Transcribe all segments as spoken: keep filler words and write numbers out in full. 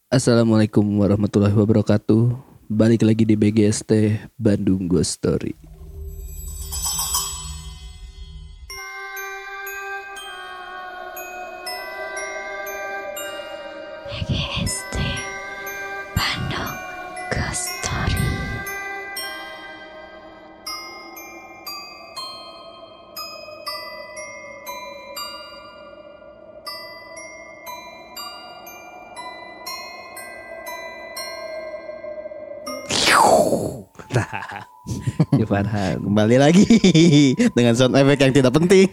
Assalamualaikum warahmatullahi wabarakatuh. Balik lagi di B G S T Bandung Ghost Story. B G S T Bandung Ghost Story. Nah, si Farhan. Kembali lagi dengan sound effect yang tidak penting.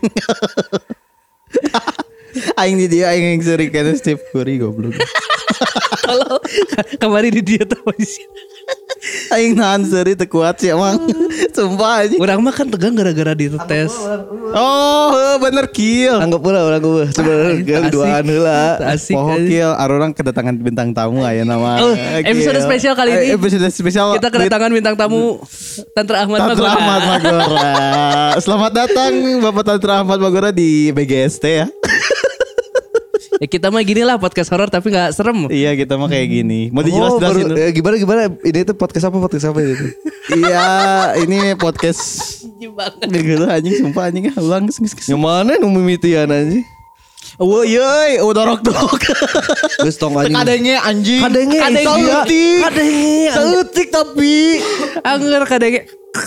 Aing di dia aing yang sering kan Steve Curry goblok. Kalau kemarin di dia tuh posisi. Aing nahan seri teu kuat sih emang. Sumpah aja. Orang mah kan tegang gara-gara dites. Oh, bener kill. Anggap pula orang gue sebenarnya duaan heula. Asik. Poho kill arurang kedatangan bintang tamu aya nama. Oh, episode spesial kali ini. Eh, Episode spesial Kita kedatangan bintang tamu Tantra Ahmad Tantra Magora. Ahmad Magora. Selamat datang Bapak Tantra Ahmad Magora di B G S T ya. Ya kita mah gini lah podcast horor tapi gak serem. Iya kita mah kayak gini. Mau Oh, dijelas-jelasin? baru- eh, gimana gimana ini tuh podcast apa podcast apa itu? Iya, ini podcast gitu anjing sumpah anjing ulang geus geus. Yang mana nu mimitian anjing? Oh yeuy, udah rok-dok. Geus tong anjing. Kadenge anjing. Kadenge Kadenge. iya. Kadenge. Sautik tapi Angger kadang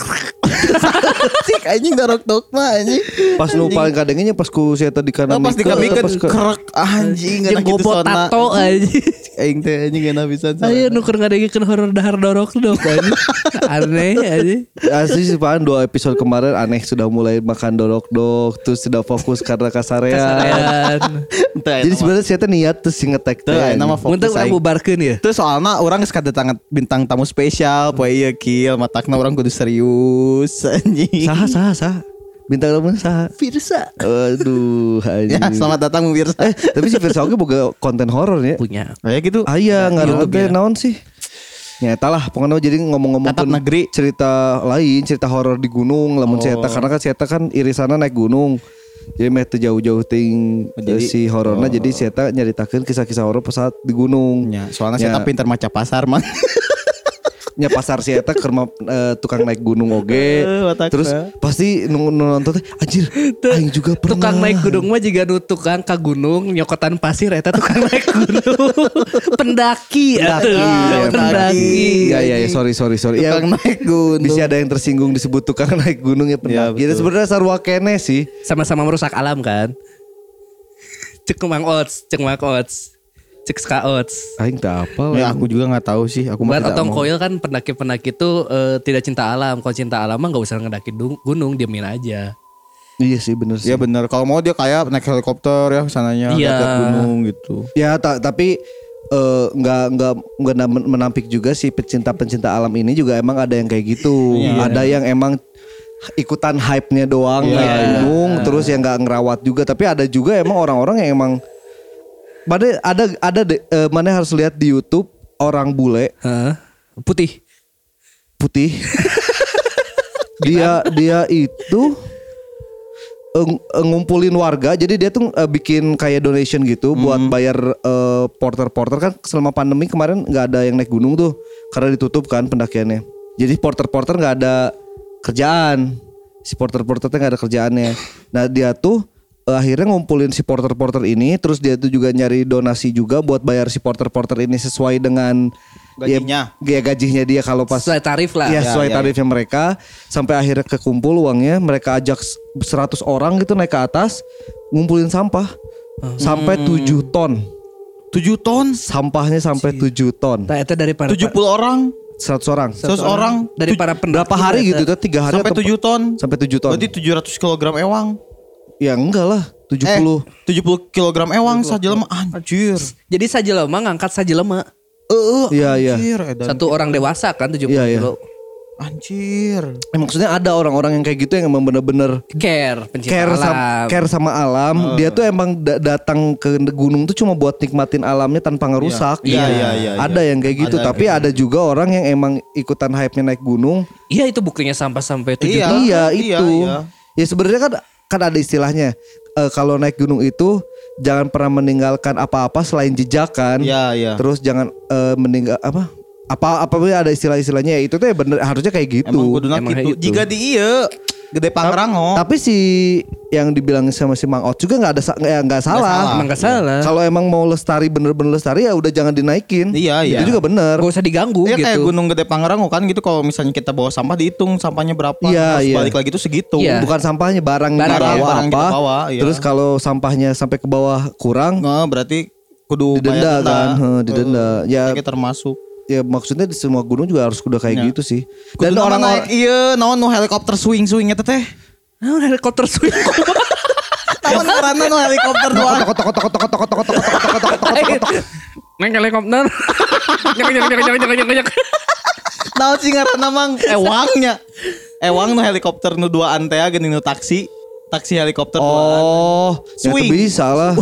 cik anjing darok-dok mah anjing. Pas nu paling kadengenya pas ku saya tadi kanan. Pas dikamikeun krek anjing jeung ngana kitu bobot sona. tato aja. Aing teh anjing ngana pisan. Ayo nuker ngadengikeun horor dahar dorok dok aja. Aneh aja. Asli sih Pak, dua episode kemarin aneh sudah mulai makan dorok-dok, terus sudah fokus karena kasarean. Kasarean. Jadi sebenarnya saya tuh niat terus sih ngetek teh teh. nama Muntah fokus urang aing. bubarkeun ya. Terus soalnya orang geus kadatang bintang tamu spesial, poe ieu kill matakna orang kudu serius anjing. Saha saha saha. Bintang tamu saha? Firsa. Aduh, anjing. Ya, selamat datang Mirsa. Eh, tapi si Firsa oge boga konten horor ya. Punya. Kayak gitu. Ah iya, ngaruh YouTube teh ya. naon sih? Nyata lah, pokoknya jadi ngomong-ngomong Atap negeri. cerita lain, cerita horor di gunung, lamun Oh. cerita karena kan cerita kan irisanna naik gunung. Jadi meh teu jauh-jauh ting Jadi- si hororna jadi cerita nyaritakeun kisah-kisah horor pas saat di gunung. Ya, soalnya Ya. saya pinter maca pasar mah. Nya pasar si eta keur ma- eh, tukang naik gunung oge. Eh, watakna. Terus pasti nu nu nonton teh anjir, aing juga pernah. Tukang naik gunung mah juga nu tukang ka gunung nyokotan pasir eta tukang naik gunung. Pendaki atuh. Iya, Pendaki. Iya iya iya, sorry sorry sorry. Ya, Tukang naik gunung. bisa ada yang tersinggung disebut tukang naik gunung ya Ya, pendaki. Ya, betul. sebenarnya sarua kene sih. Sama-sama merusak alam kan. Cek Mang Ots, cek Mang Ots. Cek Ska Ots. Aing tak apa Ya aku juga nggak tahu sih. Aku mah Buat tidak Otong mau. Koil kan pendaki-pendaki itu eh, tidak cinta alam. Kalau cinta alam mah gak usah ngedaki dung- gunung, diamin aja. Iya sih bener sih. Ya benar. Kalau mau dia kayak naik helikopter ya sananya Iya. lihat gunung gitu. Ya ta- tapi eh, nggak nggak nggak na- menampik juga sih pecinta-pencinta alam ini juga emang ada yang kayak gitu. Iya. Ada yang emang ikutan hype-nya doang Iya. naik gunung terus yang nggak ngerawat juga. Tapi ada juga emang orang-orang yang emang Mana ada ada de- eh, mana harus lihat di YouTube orang bule Hah? Putih. putih. dia dia itu eng- eh, ngumpulin warga. Jadi dia tuh eh, bikin kayak donation gitu buat bayar eh, porter-porter kan selama pandemi kemarin nggak ada yang naik gunung tuh karena ditutup kan pendakiannya. Jadi porter-porter nggak ada kerjaan. Si porter-porternya nggak ada kerjaannya. Nah dia tuh eh, akhirnya ngumpulin si porter-porter ini, terus dia tuh juga nyari donasi juga buat bayar si porter-porter ini sesuai dengan Gajinya. ya, ya gajinya dia kalau pas Sesuai tarif lah. ya, Ya, sesuai ya, tarifnya mereka sampai akhirnya kekumpul uangnya, mereka ajak seratus orang gitu naik ke atas ngumpulin sampah sampai tujuh ton. tujuh ton, Sampahnya sampai tujuh ton. Nah, itu dari para tujuh puluh orang, seratus orang. seratus orang, dari para pendaki. Berapa hari gitu tuh? tiga hari sampai atau tujuh ton. sampai tujuh ton. Berarti tujuh ratus kilogram ewang. Ya enggak lah, tujuh puluh. Eh, tujuh puluh kilogram ewang sajelema anjir. Jadi sajelema ngangkat sajelema. Heeh. Iya, iya. Anjir, edan. Satu orang dewasa kan tujuh puluh Iya, iya. kilo. Anjir. Eh, maksudnya ada orang-orang yang kayak gitu yang emang bener-bener Care, pencinta care alam. sama, care sama alam. Dia tuh emang da- datang ke gunung tuh cuma buat nikmatin alamnya tanpa ngerusak. Iya, iya, iya, Ada iya. yang kayak gitu, Ada tapi kayak ada juga orang yang emang ikutan hype-nya naik gunung. Iya itu buktinya sampah sampai tujuh Iya. ton. Iya, iya, itu. iya. Ya sebenarnya kan kan ada istilahnya. Eh, kalau naik gunung itu jangan pernah meninggalkan apa-apa selain jejakan. Iya, iya. Terus jangan eh, meninggal apa? Apa apa ada istilah-istilahnya ya itu tuh ya bener harusnya kayak gitu. Emang kuduna Emang gitu. gitu. Jika di ieu Gede Pangrango. Tapi si yang dibilang sama si Mang Ot juga nggak ada sa- ya nggak salah. salah. Emang gak salah. Kalau emang mau lestari bener-bener lestari ya udah jangan dinaikin. Iya, iya. Itu juga bener. Gak usah diganggu Ya gitu. kayak Gunung Gede Pangrango kan gitu, kalau misalnya kita bawa sampah dihitung sampahnya berapa, Iya, terus iya. balik lagi tuh segitu. Iya. Bukan sampahnya barang, Barang, di bawah barang di apa. bawah, iya. Terus kalau sampahnya sampai ke bawah kurang Nah, berarti kudu didenda bayar kan. Heh, didenda. Ya Kita termasuk. ya maksudnya di semua gunung juga harus udah kayak Ya. gitu sih. Dan Dan orang-orang orang-orang iya naon nu helikopter swing-swing eta teh. Nah, helikopter swing. Naon ngaranna nu helikopter doang. tok tok tok tok tok tok tok tok tok tok tok. Neng helikopter. Nyek nyek nyek nyek nyek nyek nyek. Naon sih ngaranna mang ewangnya. Ewang nu helikopter nu duaan teh geuning nu taksi. Taksi helikopter duaan. Oh, ya Swing. itu bisa lah.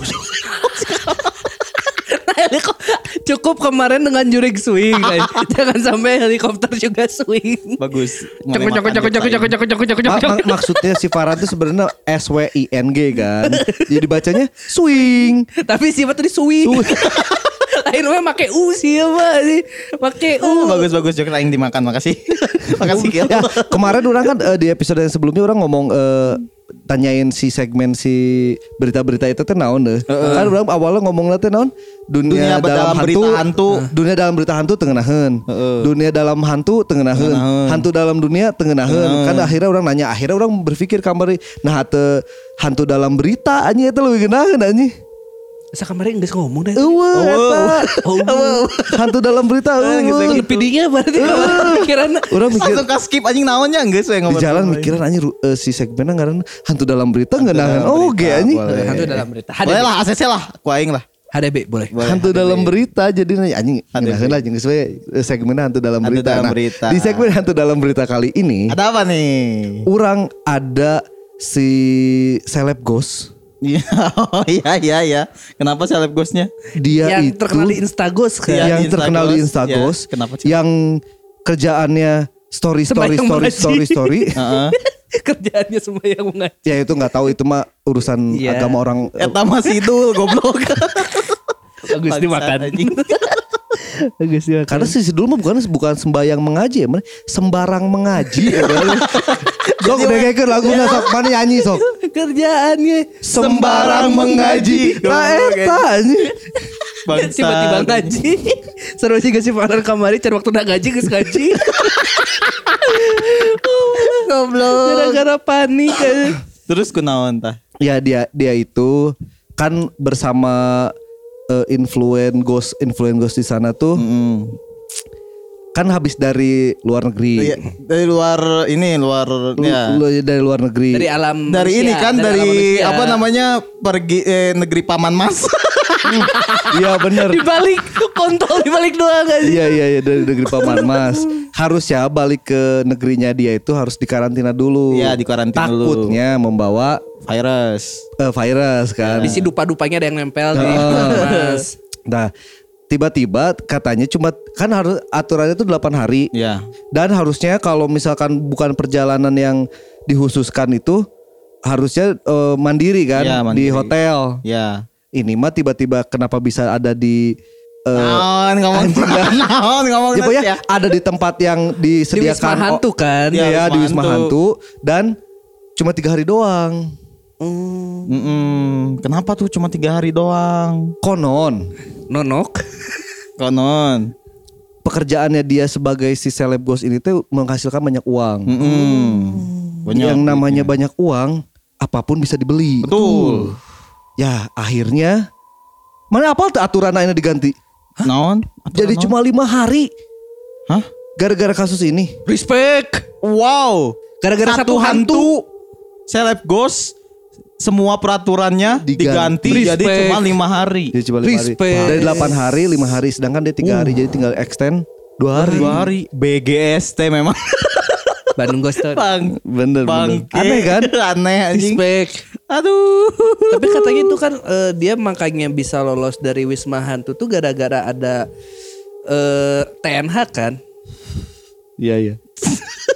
Helikopter cukup kemarin dengan jurig swing. guys. Jangan sampai helikopter juga swing. Bagus. Cok cok cok cok cok cok cok cok cok Ma- cok. ma- maksudnya si Farhan itu sebenarnya S W I N G kan. Jadi bacanya swing. Tapi siapa tadi swing? Lain mah make u siapa sih? Make u. Bagus bagus juga aing dimakan, makasih. Makasih Gil. Ya, kemarin orang kan eh, di episode yang sebelumnya orang ngomong eh, tanyain si segmen si berita-berita itu teh naon deh. Kan orang awalnya ngomongnya teh naon? Dunia, Dunia dalam, dalam hantu, berita hantu. Dunia dalam berita hantu tengenaheun. Heeh. Dunia dalam hantu tengenaheun. Tengenaheun. Hantu dalam dunia tengenaheun. Kan akhirnya orang nanya, akhirnya orang berpikir kamari nah hate hantu dalam berita anjing eta leuwih geunaheun anjing. Masa kemarin geus ngomong deh. Eueuh eta. Oh. Hantu dalam berita eueuh. Lepidinya berarti kemarin pikiran. Orang mikir Langsung ka skip anjing naonnya geus we di ngomong. jalan mikiran anjing uh, si segmennya ngaran hantu dalam berita enggak nahan. Oh, ge anjing. Hantu dalam berita. Boleh H D B. lah A C C lah, ku aing lah. H D B boleh. Boleh, Hantu H D B. dalam berita jadi nanya anjing H D B. ngeunaheun lah jeung geus we segmennya hantu dalam Hantu berita. dalam Nah, berita. di segmen hantu dalam berita kali ini Ada apa nih? orang ada si seleb ghost. Iya, oh, iya iya iya. Kenapa seleb ghostnya? Dia Yang itu terkenal di Instagos kan. Iya, yang di terkenal di Instaghost. Instaghost. Ya, kenapa sih? Yang kerjaannya story story Sembahyang story mengaji. story story. Heeh. Kerjaannya semua yang mengaji. Ya itu nggak tahu itu mah urusan Iya. agama orang. Eta masih itu goblok. Bagus Bangsat, dimakan. anjing. Bagus dimakan. Karena si Sidul mah bukan bukan sembayang mengaji ya, mana sembarang mengaji. Ya, sok udah kayak lagunya sok mana nyanyi sok. Kerjaannya Sembarang mengaji. Nah eta anjing. Bangsat. tiba-tiba ngaji. Seru sih gak sih Farhan kamari cari waktu nak ngaji geus ngaji. Goblok. Gara-gara panik. eh. Terus kunaon tah? Ya dia dia itu kan bersama uh, influen ghost influen ghost di sana tuh Mm. kan habis dari luar negeri. Iya, dari luar ini luar Lu- ya. lu- dari luar negeri. Dari alam Dari manusia, ini kan alam dari manusia. apa namanya pergi eh, negeri paman mas. Iya bener. Di balik kontol di balik doang aja. Iya iya iya dari negeri paman mas. Harusnya balik ke negerinya dia itu harus dikarantina dulu. Iya, dikarantina dulu. Takutnya membawa Virus. eh, virus kan. Di si dupa-dupanya ada yang nempel di Ah. mas. Nah tiba-tiba katanya cuma kan harus aturannya itu delapan hari. Ya. Dan harusnya kalau misalkan bukan perjalanan yang dihususkan itu harusnya eh, mandiri kan Iya, di mandiri. hotel. Ya. Ini mah tiba-tiba kenapa bisa ada di eh, Naon ngomong naon ngomong ya, pokoknya ya. ada di tempat yang Di disediakan Wisma Hantu kan. Iya, ya, Wisma di Wisma Hantu. Hantu dan cuma tiga hari doang. Mm-mm. Kenapa tuh cuma tiga hari doang? Konon Nonok. Konon. pekerjaannya dia sebagai si seleb ghost ini tuh menghasilkan banyak uang. Mm-mm. Banyak Yang namanya duitnya. banyak uang, apapun bisa dibeli. Betul. Ya akhirnya mana apa tuh aturan ini diganti? Naon? Jadi Aturan cuma lima hari Hah? gara-gara kasus ini. Respect. Wow. Gara-gara satu hantu. Seleb ghost semua peraturannya Diganti. diganti, jadi Respect. cuma lima hari. Dia cuma lima hari. Respect. Dari delapan hari, lima hari. Sedangkan dia tiga hari, jadi tinggal extend dua hari. Dua hari. B G S T memang. Bandung Ghost Story. Bang. Bener, bener. Bangke. Aneh kan? Aneh anjing. Respect. Aduh. Tapi katanya itu kan eh, dia makanya bisa lolos dari Wisma Hantu tuh gara-gara ada eh, T N H kan. Iya, iya.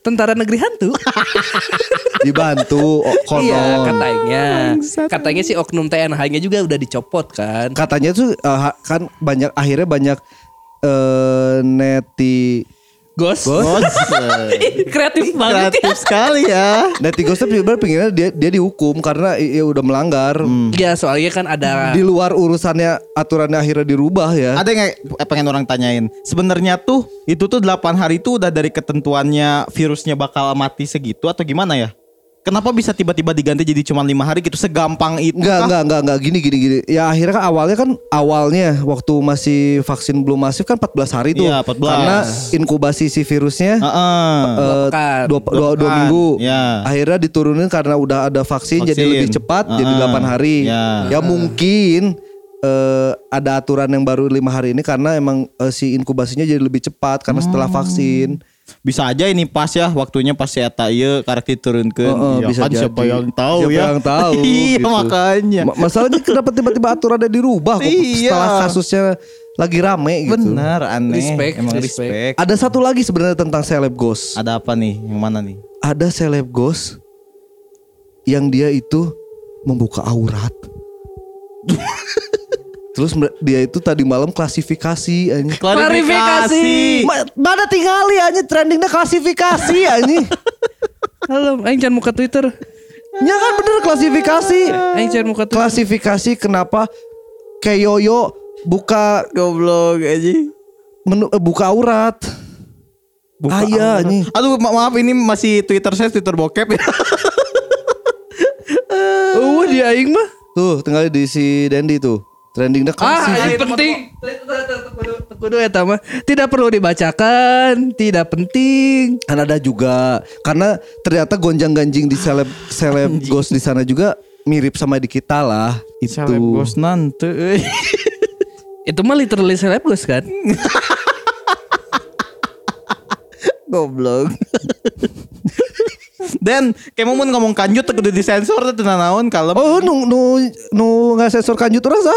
Tentara negeri hantu. Dibantu oh, konon. Iya katanya. Katanya si oknum T N H-nya juga udah dicopot kan. Katanya tuh uh, kan banyak akhirnya banyak uh, neti Ghost. Ghost. Kreatif banget Kreatif ya. sekali ya. neti ghost sebenarnya pinginnya dia dia dihukum karena ya udah melanggar. Iya soalnya kan ada. Di luar urusannya aturannya akhirnya dirubah ya. Ada yang eh, pengen orang tanyain. Sebenarnya tuh itu tuh delapan hari itu udah dari ketentuannya virusnya bakal mati segitu atau gimana ya? Kenapa bisa tiba-tiba diganti jadi cuma lima hari gitu segampang itu? Enggak, kah? enggak, enggak, enggak gini gini gini. Ya akhirnya kan awalnya kan awalnya waktu masih vaksin belum masif kan empat belas hari tuh. Iya, empat belas. Karena inkubasi si virusnya Heeh. eh, pekan. dua, Dua dua, dua pekan. minggu. Ya. Akhirnya diturunin karena udah ada vaksin, jadi Vaksin. lebih cepat jadi Heeh. delapan hari. Ya. Ya mungkin eh, ada aturan yang baru lima hari ini karena emang eh, si inkubasinya jadi lebih cepat karena setelah Hmm. vaksin. Bisa aja ini pas ya waktunya pas si eta ieu karek diturunkeun. Heeh, Ya bisa kan siapa jadi. yang tahu Siapa ya. yang tahu, Iya gitu. makanya. Ma- Masalahnya kenapa tiba-tiba aturannya dirubah kok Iya. setelah kasusnya lagi rame gitu. Benar aneh. Respect, Emang respect. respect. Ada satu lagi sebenarnya tentang seleb ghost. Ada apa nih? Yang mana nih? Ada seleb ghost yang dia itu membuka aurat. Terus mer- dia itu tadi malam klasifikasi anjing. Klarifikasi. Ma- mana tinggali anjing trendingnya klasifikasi anjing. Halo, aing jangan muka Twitter. Ya kan bener klasifikasi. Aing jangan muka Twitter. Klasifikasi kenapa Keyoyo buka Goblok aja. menu, eh, buka aurat. Buka ah iya aurat. anjing. Aduh ma- maaf ini masih Twitter saya Twitter bokep ya. Uh, dia aing mah. Tuh tinggal di si Dendi tuh. Trendingnya Ah, klasifikasi. ini penting. Kudu eta mah tidak perlu dibacakan, tidak penting. Kan ada juga karena ternyata gonjang-ganjing di seleb seleb ghost di sana juga mirip sama di kita lah itu. Seleb ghost nanti. euy. Itu mah literally seleb ghost kan? Goblok. Dan kayak mau ngomong kanjut tuh kudu disensor tuh tenan naon kalem. Oh nu nu nu nggak sensor kanjut rasa.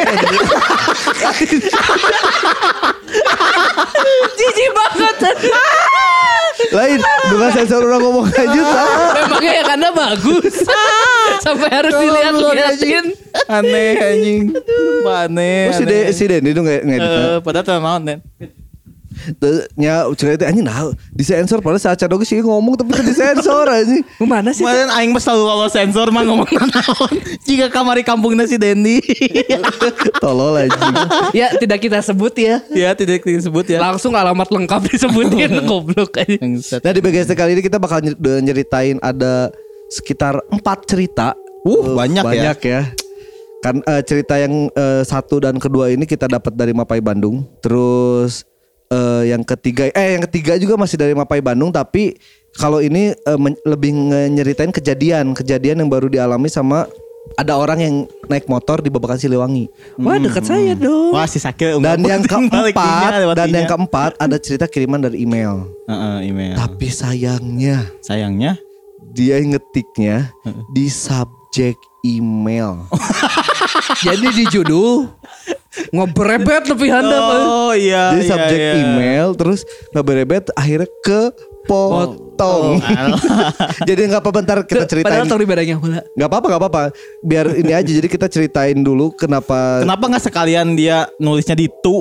Jijik banget. Lain nu nggak sensor orang ngomong kanjut ah. Memangnya yang Anda bagus. Sampai harus dilihat-liatin. Aneh anjing. Sumpah aneh. Terus si De, si Dendi tuh nggak ngedit. Eh, padahal tenan naon Den. Nya cerita anjing nah disensor padahal saat Cadogi sih ngomong tapi kan disensor anjing. Mana sih? Kemarin aing mah selalu kalau sensor mah ngomong naon. Jika kamari kampungna si Dendi. Tolol anjing. Ya tidak kita sebut ya. Ya tidak disebut ya. Langsung alamat lengkap disebutin. Goblok aja. Nah di B G S T kali ini kita bakal ny- nyeritain ada sekitar empat cerita. Uh, banyak ya. banyak ya. Kan eh, cerita yang eh, satu dan kedua ini kita dapat dari Mapai Bandung. Terus eh, yang ketiga, eh yang ketiga juga masih dari Mapai Bandung. Tapi kalau ini eh, men- lebih nge- nyeritain kejadian, kejadian yang baru dialami sama ada orang yang naik motor di Babakan Siliwangi. Wah dekat saya dong. Wah si Sakil Dan yang balik keempat, dinya, lewat dan dinya. yang keempat ada cerita kiriman dari email. Heeh, email. Tapi sayangnya Sayangnya dia ngetiknya di subjek email. Jadi di judul ngobrol lebih handap. Oh iya. Jadi iya, subjek iya. email terus ngeberebet akhirnya ke potong. Jadi nggak apa bentar kita ceritain. Padahal tahu di bedanya pula. Nggak apa-apa nggak apa-apa. Biar ini aja jadi kita ceritain dulu kenapa Kenapa nggak sekalian dia nulisnya di tu?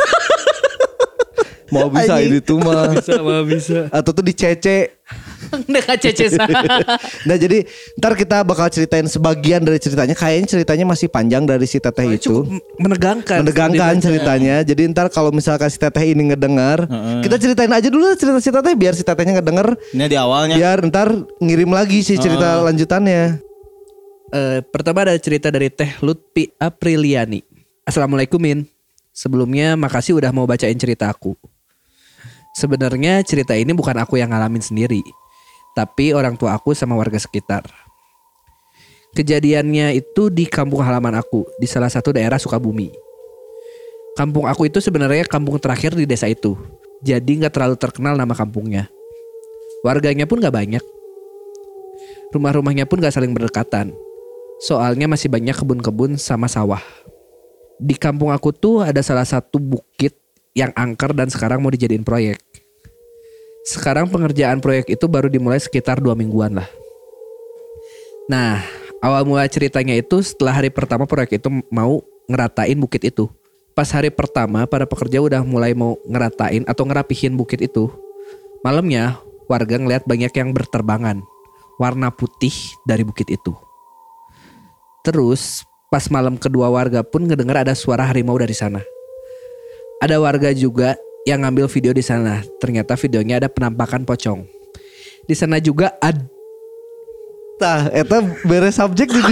mau bisa ini tuh mah. Bisa mah bisa. Atau tuh di C C. Dekat cecesan. Nah jadi ntar kita bakal ceritain sebagian dari ceritanya. Kayaknya ceritanya masih panjang dari si teteh itu. Cukup menegangkan. Menegangkan ceritanya. Jadi ntar kalau misalkan si teteh ini ngedengar, kita ceritain aja dulu cerita si teteh biar si tetehnya ngedenger. Ini di awalnya. Biar ntar ngirim lagi si cerita lanjutannya. Eh, pertama ada cerita dari Teh Lutfi Apriliani. Assalamualaikum Min. Sebelumnya makasih udah mau bacain cerita aku. Sebenarnya cerita ini bukan aku yang ngalamin sendiri, tapi orang tua aku sama warga sekitar. Kejadiannya itu di kampung halaman aku, di salah satu daerah Sukabumi. Kampung aku itu sebenarnya kampung terakhir di desa itu, jadi gak terlalu terkenal nama kampungnya. Warganya pun gak banyak. Rumah-rumahnya pun gak saling berdekatan. Soalnya masih banyak kebun-kebun sama sawah. Di kampung aku tuh ada salah satu bukit yang angker dan sekarang mau dijadiin proyek. Sekarang pengerjaan proyek itu baru dimulai sekitar dua mingguan lah. Nah, awal mula ceritanya itu setelah hari pertama proyek itu mau ngeratain bukit itu. Pas hari pertama para pekerja udah mulai mau ngeratain atau ngerapihin bukit itu. Malamnya warga ngeliat banyak yang berterbangan warna putih dari bukit itu. Terus pas malam kedua warga pun ngedengar ada suara harimau dari sana. Ada warga juga yang ngambil video di sana. Ternyata videonya ada penampakan pocong. Di sana juga ada. Tah, eta beres subjek di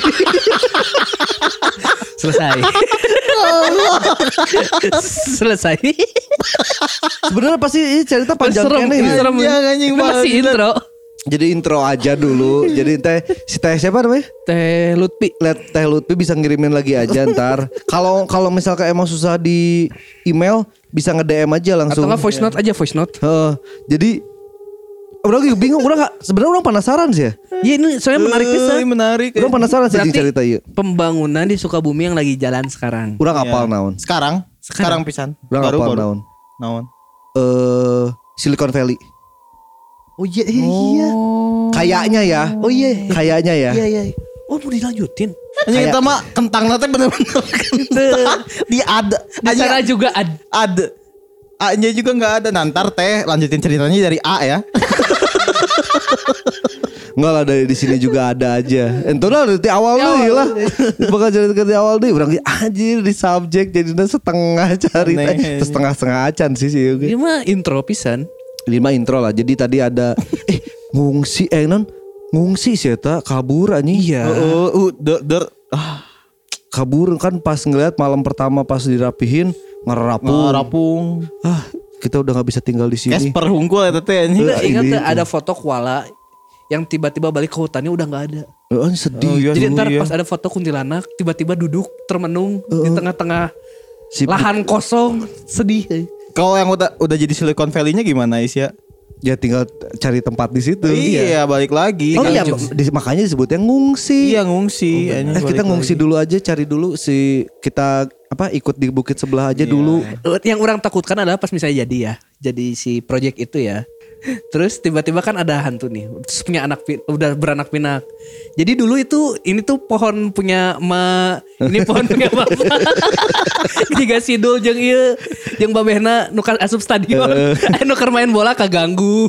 Selesai. Selesai. Sebenarnya pasti ini cerita panjang Serem, kene. serem. Ya, anjing Ini masih banget. intro. Jadi intro aja dulu. Jadi teh si teh siapa namanya? Teh Lutfi. Lihat Teh Lutfi bisa ngirimin lagi aja ntar. Kalau kalau misalkan emang susah di email bisa nge-D M aja Atau langsung. nggak voice note aja voice note. Heeh. Jadi orang lagi bingung, orang nggak sebenarnya orang penasaran sih ya. Iya ini soalnya menarik Eh, bisa. menarik. Orang penasaran sih Berarti cerita ieu. pembangunan di Sukabumi yang lagi jalan sekarang. Orang Iya. apal naon. Sekarang, sekarang pisan. Orang apal naon. Naon. Eh Silicon Valley. Oh iya iya. Kayaknya ya. Oh iya. Kayaknya ya. Iya iya. Oh mau dilanjutin. Anjing kita mah kentang nanti bener-bener kentang. Di ada. Di sana juga ada. Ada. A-nya juga nggak ada. Nantar teh lanjutin ceritanya dari A ya. Enggak lah dari di sini juga ada aja. Entar lah dari awal deh lah. Bakal cerita dari awal deh. Orang anjir di subjek jadinya setengah cari Aneh. terus setengah-setengah acan sih sih. Oke. Ini mah intro pisan. Lima intro lah. Jadi tadi ada eh ngungsi eh non ngungsi sih eta kabur anjing. Iya. Oh, uh, der, der. Ah, Kabur kan pas ngeliat malam pertama pas dirapihin ngerapung. rapung. Ah, kita udah nggak bisa tinggal di sini. Esper hungkul eta teh anjing. Ingat, ingat ini tuh, tuh. ada foto koala yang tiba-tiba balik ke hutannya udah nggak ada. Oh, sedih. Oh, iya. Jadi ntar iya. pas ada foto kuntilanak tiba-tiba duduk termenung di tengah-tengah Si- lahan kosong sedih. Kalau yang udah udah jadi Silicon Valley-nya gimana Isya? Ya tinggal cari tempat di situ. Iya, balik lagi. Oh Kan iya, jokes. di- makanya disebutnya ngungsi. Iya ngungsi. anjing, Eh kita balik ngungsi lagi. dulu aja, cari dulu si kita apa ikut di bukit sebelah aja Iya. dulu. Yang orang takutkan adalah pas misalnya jadi ya, jadi si project itu ya. Terus tiba-tiba kan ada hantu nih, terus punya anak pi- udah beranak pinak. Jadi dulu itu ini tuh pohon punya emak, ini pohon punya bapak. Tiga sidul jeung ieu jeung babehna nu ka asup stadion. Aya nu keur main bola kaganggu.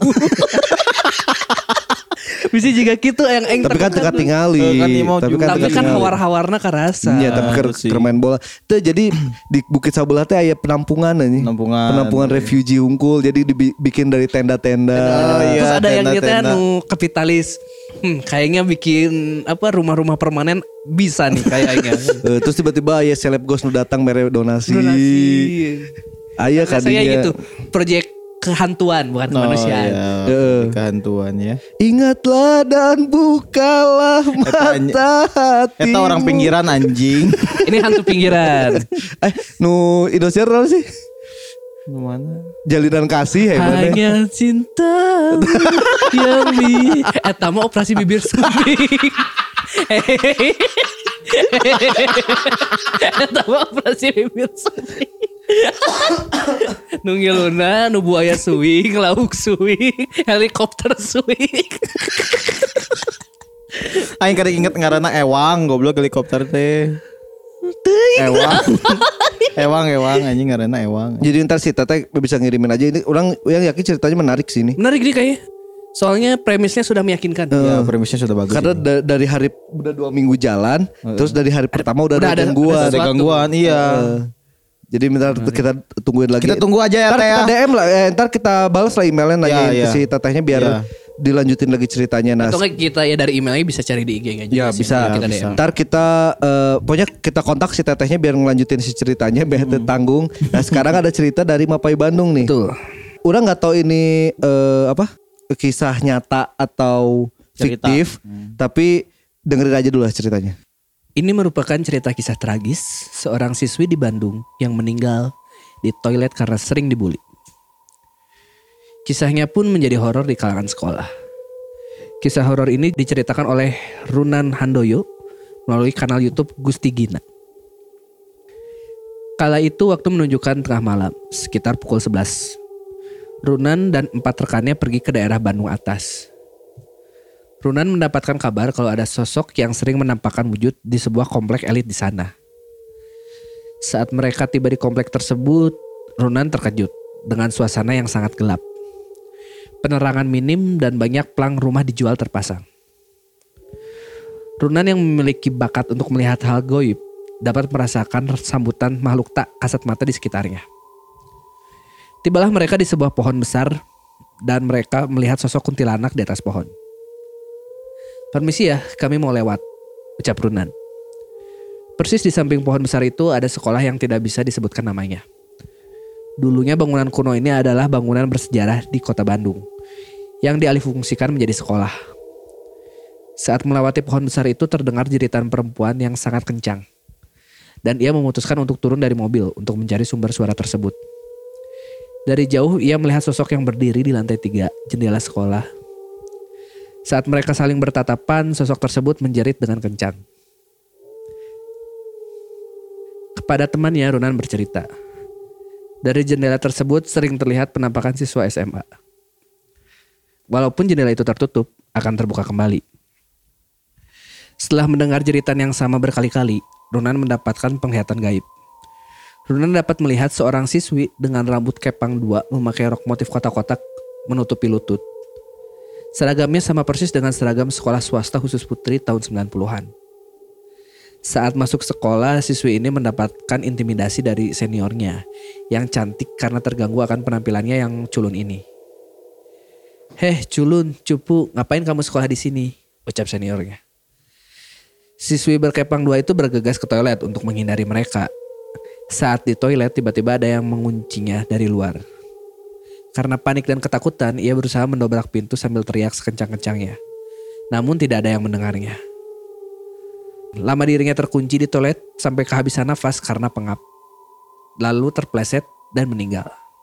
Bisa juga gitu yang eng Tapi kan teka tingali. Eh, kan dia mau Tapi juga. kan Tapi teka kan tingali. hawar-hawarna karasa. Iya, tapi ker, sih. ker main bola. Tuh jadi di bukit sebelah teh aya penampungan nih. Penampungan. Penampungan refugee unggul. Jadi dibikin dari tenda-tenda. Oh, iya, Terus ada yang nyata tenda-tenda. anu kapitalis. Hmm, kayaknya bikin apa rumah-rumah permanen bisa nih kayaknya. Eh, terus tiba-tiba aya seleb ghost nu datang mere donasi. Donasi. Aya Karena saya kadinya. gitu, proyek kehantuan bukan Oh, kemanusiaan. iya. Heeh. Kehantuan ya. Ingatlah dan bukalah mata hati. Eta orang pinggiran anjing. Ini hantu pinggiran. Eh, nu Indosiar apa sih? Gimana? Jalinan kasih ya mana? Hanya cinta yang di eta mah operasi bibir sumbing. Eta mah operasi bibir sumbing. Nungiluna nu buaya suwing, lauk suwing, helikopter suwing. Aing kada inget ngaranna Ewang, goblok helikopter teh. Ewang. Ewang, Ewang anjing ngaranna Ewang. Jadi ntar si Teteh bisa ngirimin aja ini. Orang yang yakin ceritanya menarik sih ini. Menarik nih kayaknya. Soalnya premisnya sudah meyakinkan. Ya, premisnya sudah bagus. Karena da- dari hari udah dua minggu jalan, terus dari hari pertama udah, udah ada ada- gangguan. ada sesuatu. gangguan, iya. Eh, jadi bentar kita tungguin lagi. Kita tunggu aja ya, Ntar Teh, kita ya. D M lah, eh, ntar kita balas lah emailnya nanyain Iya, ke iya. si Tetehnya biar Iya. dilanjutin lagi ceritanya. Nah, Atau kayak kita ya dari emailnya bisa cari di I G-nya juga. ya sih, bisa. kita D M. Ntar kita eh, pokoknya kita kontak si Tetehnya biar ngelanjutin si ceritanya biar Hmm. tanggung. Nah sekarang ada cerita dari Mapai Bandung nih. Betul. Orang nggak tahu ini eh, apa kisah nyata atau Cerita. fiktif, tapi dengerin aja dulu lah ceritanya. Ini merupakan cerita kisah tragis seorang siswi di Bandung yang meninggal di toilet karena sering dibully. Kisahnya pun menjadi horor di kalangan sekolah. Kisah horor ini diceritakan oleh Runan Handoyo melalui kanal YouTube Gusti Gina. Kala itu waktu menunjukkan tengah malam, sekitar pukul sebelas. Runan dan empat rekannya pergi ke daerah Bandung Atas. Runan mendapatkan kabar kalau ada sosok yang sering menampakkan wujud di sebuah komplek elit di sana. Saat mereka tiba di komplek tersebut, Runan terkejut dengan suasana yang sangat gelap. Penerangan minim dan banyak plang rumah dijual terpasang. Runan yang memiliki bakat untuk melihat hal goib dapat merasakan sambutan makhluk tak kasat mata di sekitarnya. Tibalah mereka di sebuah pohon besar dan mereka melihat sosok kuntilanak di atas pohon. "Permisi ya, kami mau lewat," ucap Runan. Persis di samping pohon besar itu ada sekolah yang tidak bisa disebutkan namanya. Dulunya bangunan kuno ini adalah bangunan bersejarah di kota Bandung yang dialihfungsikan menjadi sekolah. Saat melewati pohon besar itu terdengar jeritan perempuan yang sangat kencang. Dan ia memutuskan untuk turun dari mobil untuk mencari sumber suara tersebut. Dari jauh ia melihat sosok yang berdiri di lantai tiga jendela sekolah. Saat mereka saling bertatapan, sosok tersebut menjerit dengan kencang. Kepada temannya, Runan bercerita. Dari jendela tersebut sering terlihat penampakan siswa S M A. Walaupun jendela itu tertutup, akan terbuka kembali. Setelah mendengar jeritan yang sama berkali-kali, Runan mendapatkan penglihatan gaib. Runan dapat melihat seorang siswi dengan rambut kepang dua memakai rok motif kotak-kotak menutupi lutut. Seragamnya sama persis dengan seragam sekolah swasta khusus putri tahun sembilan puluhan. Saat masuk sekolah, siswi ini mendapatkan intimidasi dari seniornya yang cantik karena terganggu akan penampilannya yang culun ini. "Heh, culun, cupu, ngapain kamu sekolah di sini?" ucap seniornya. Siswi berkepang dua itu bergegas ke toilet untuk menghindari mereka. Saat di toilet tiba-tiba ada yang menguncinya dari luar. Karena panik dan ketakutan, ia berusaha mendobrak pintu sambil teriak sekencang-kencangnya. Namun tidak ada yang mendengarnya. Lama dirinya terkunci di toilet sampai kehabisan nafas karena pengap. Lalu terpleset dan meninggal.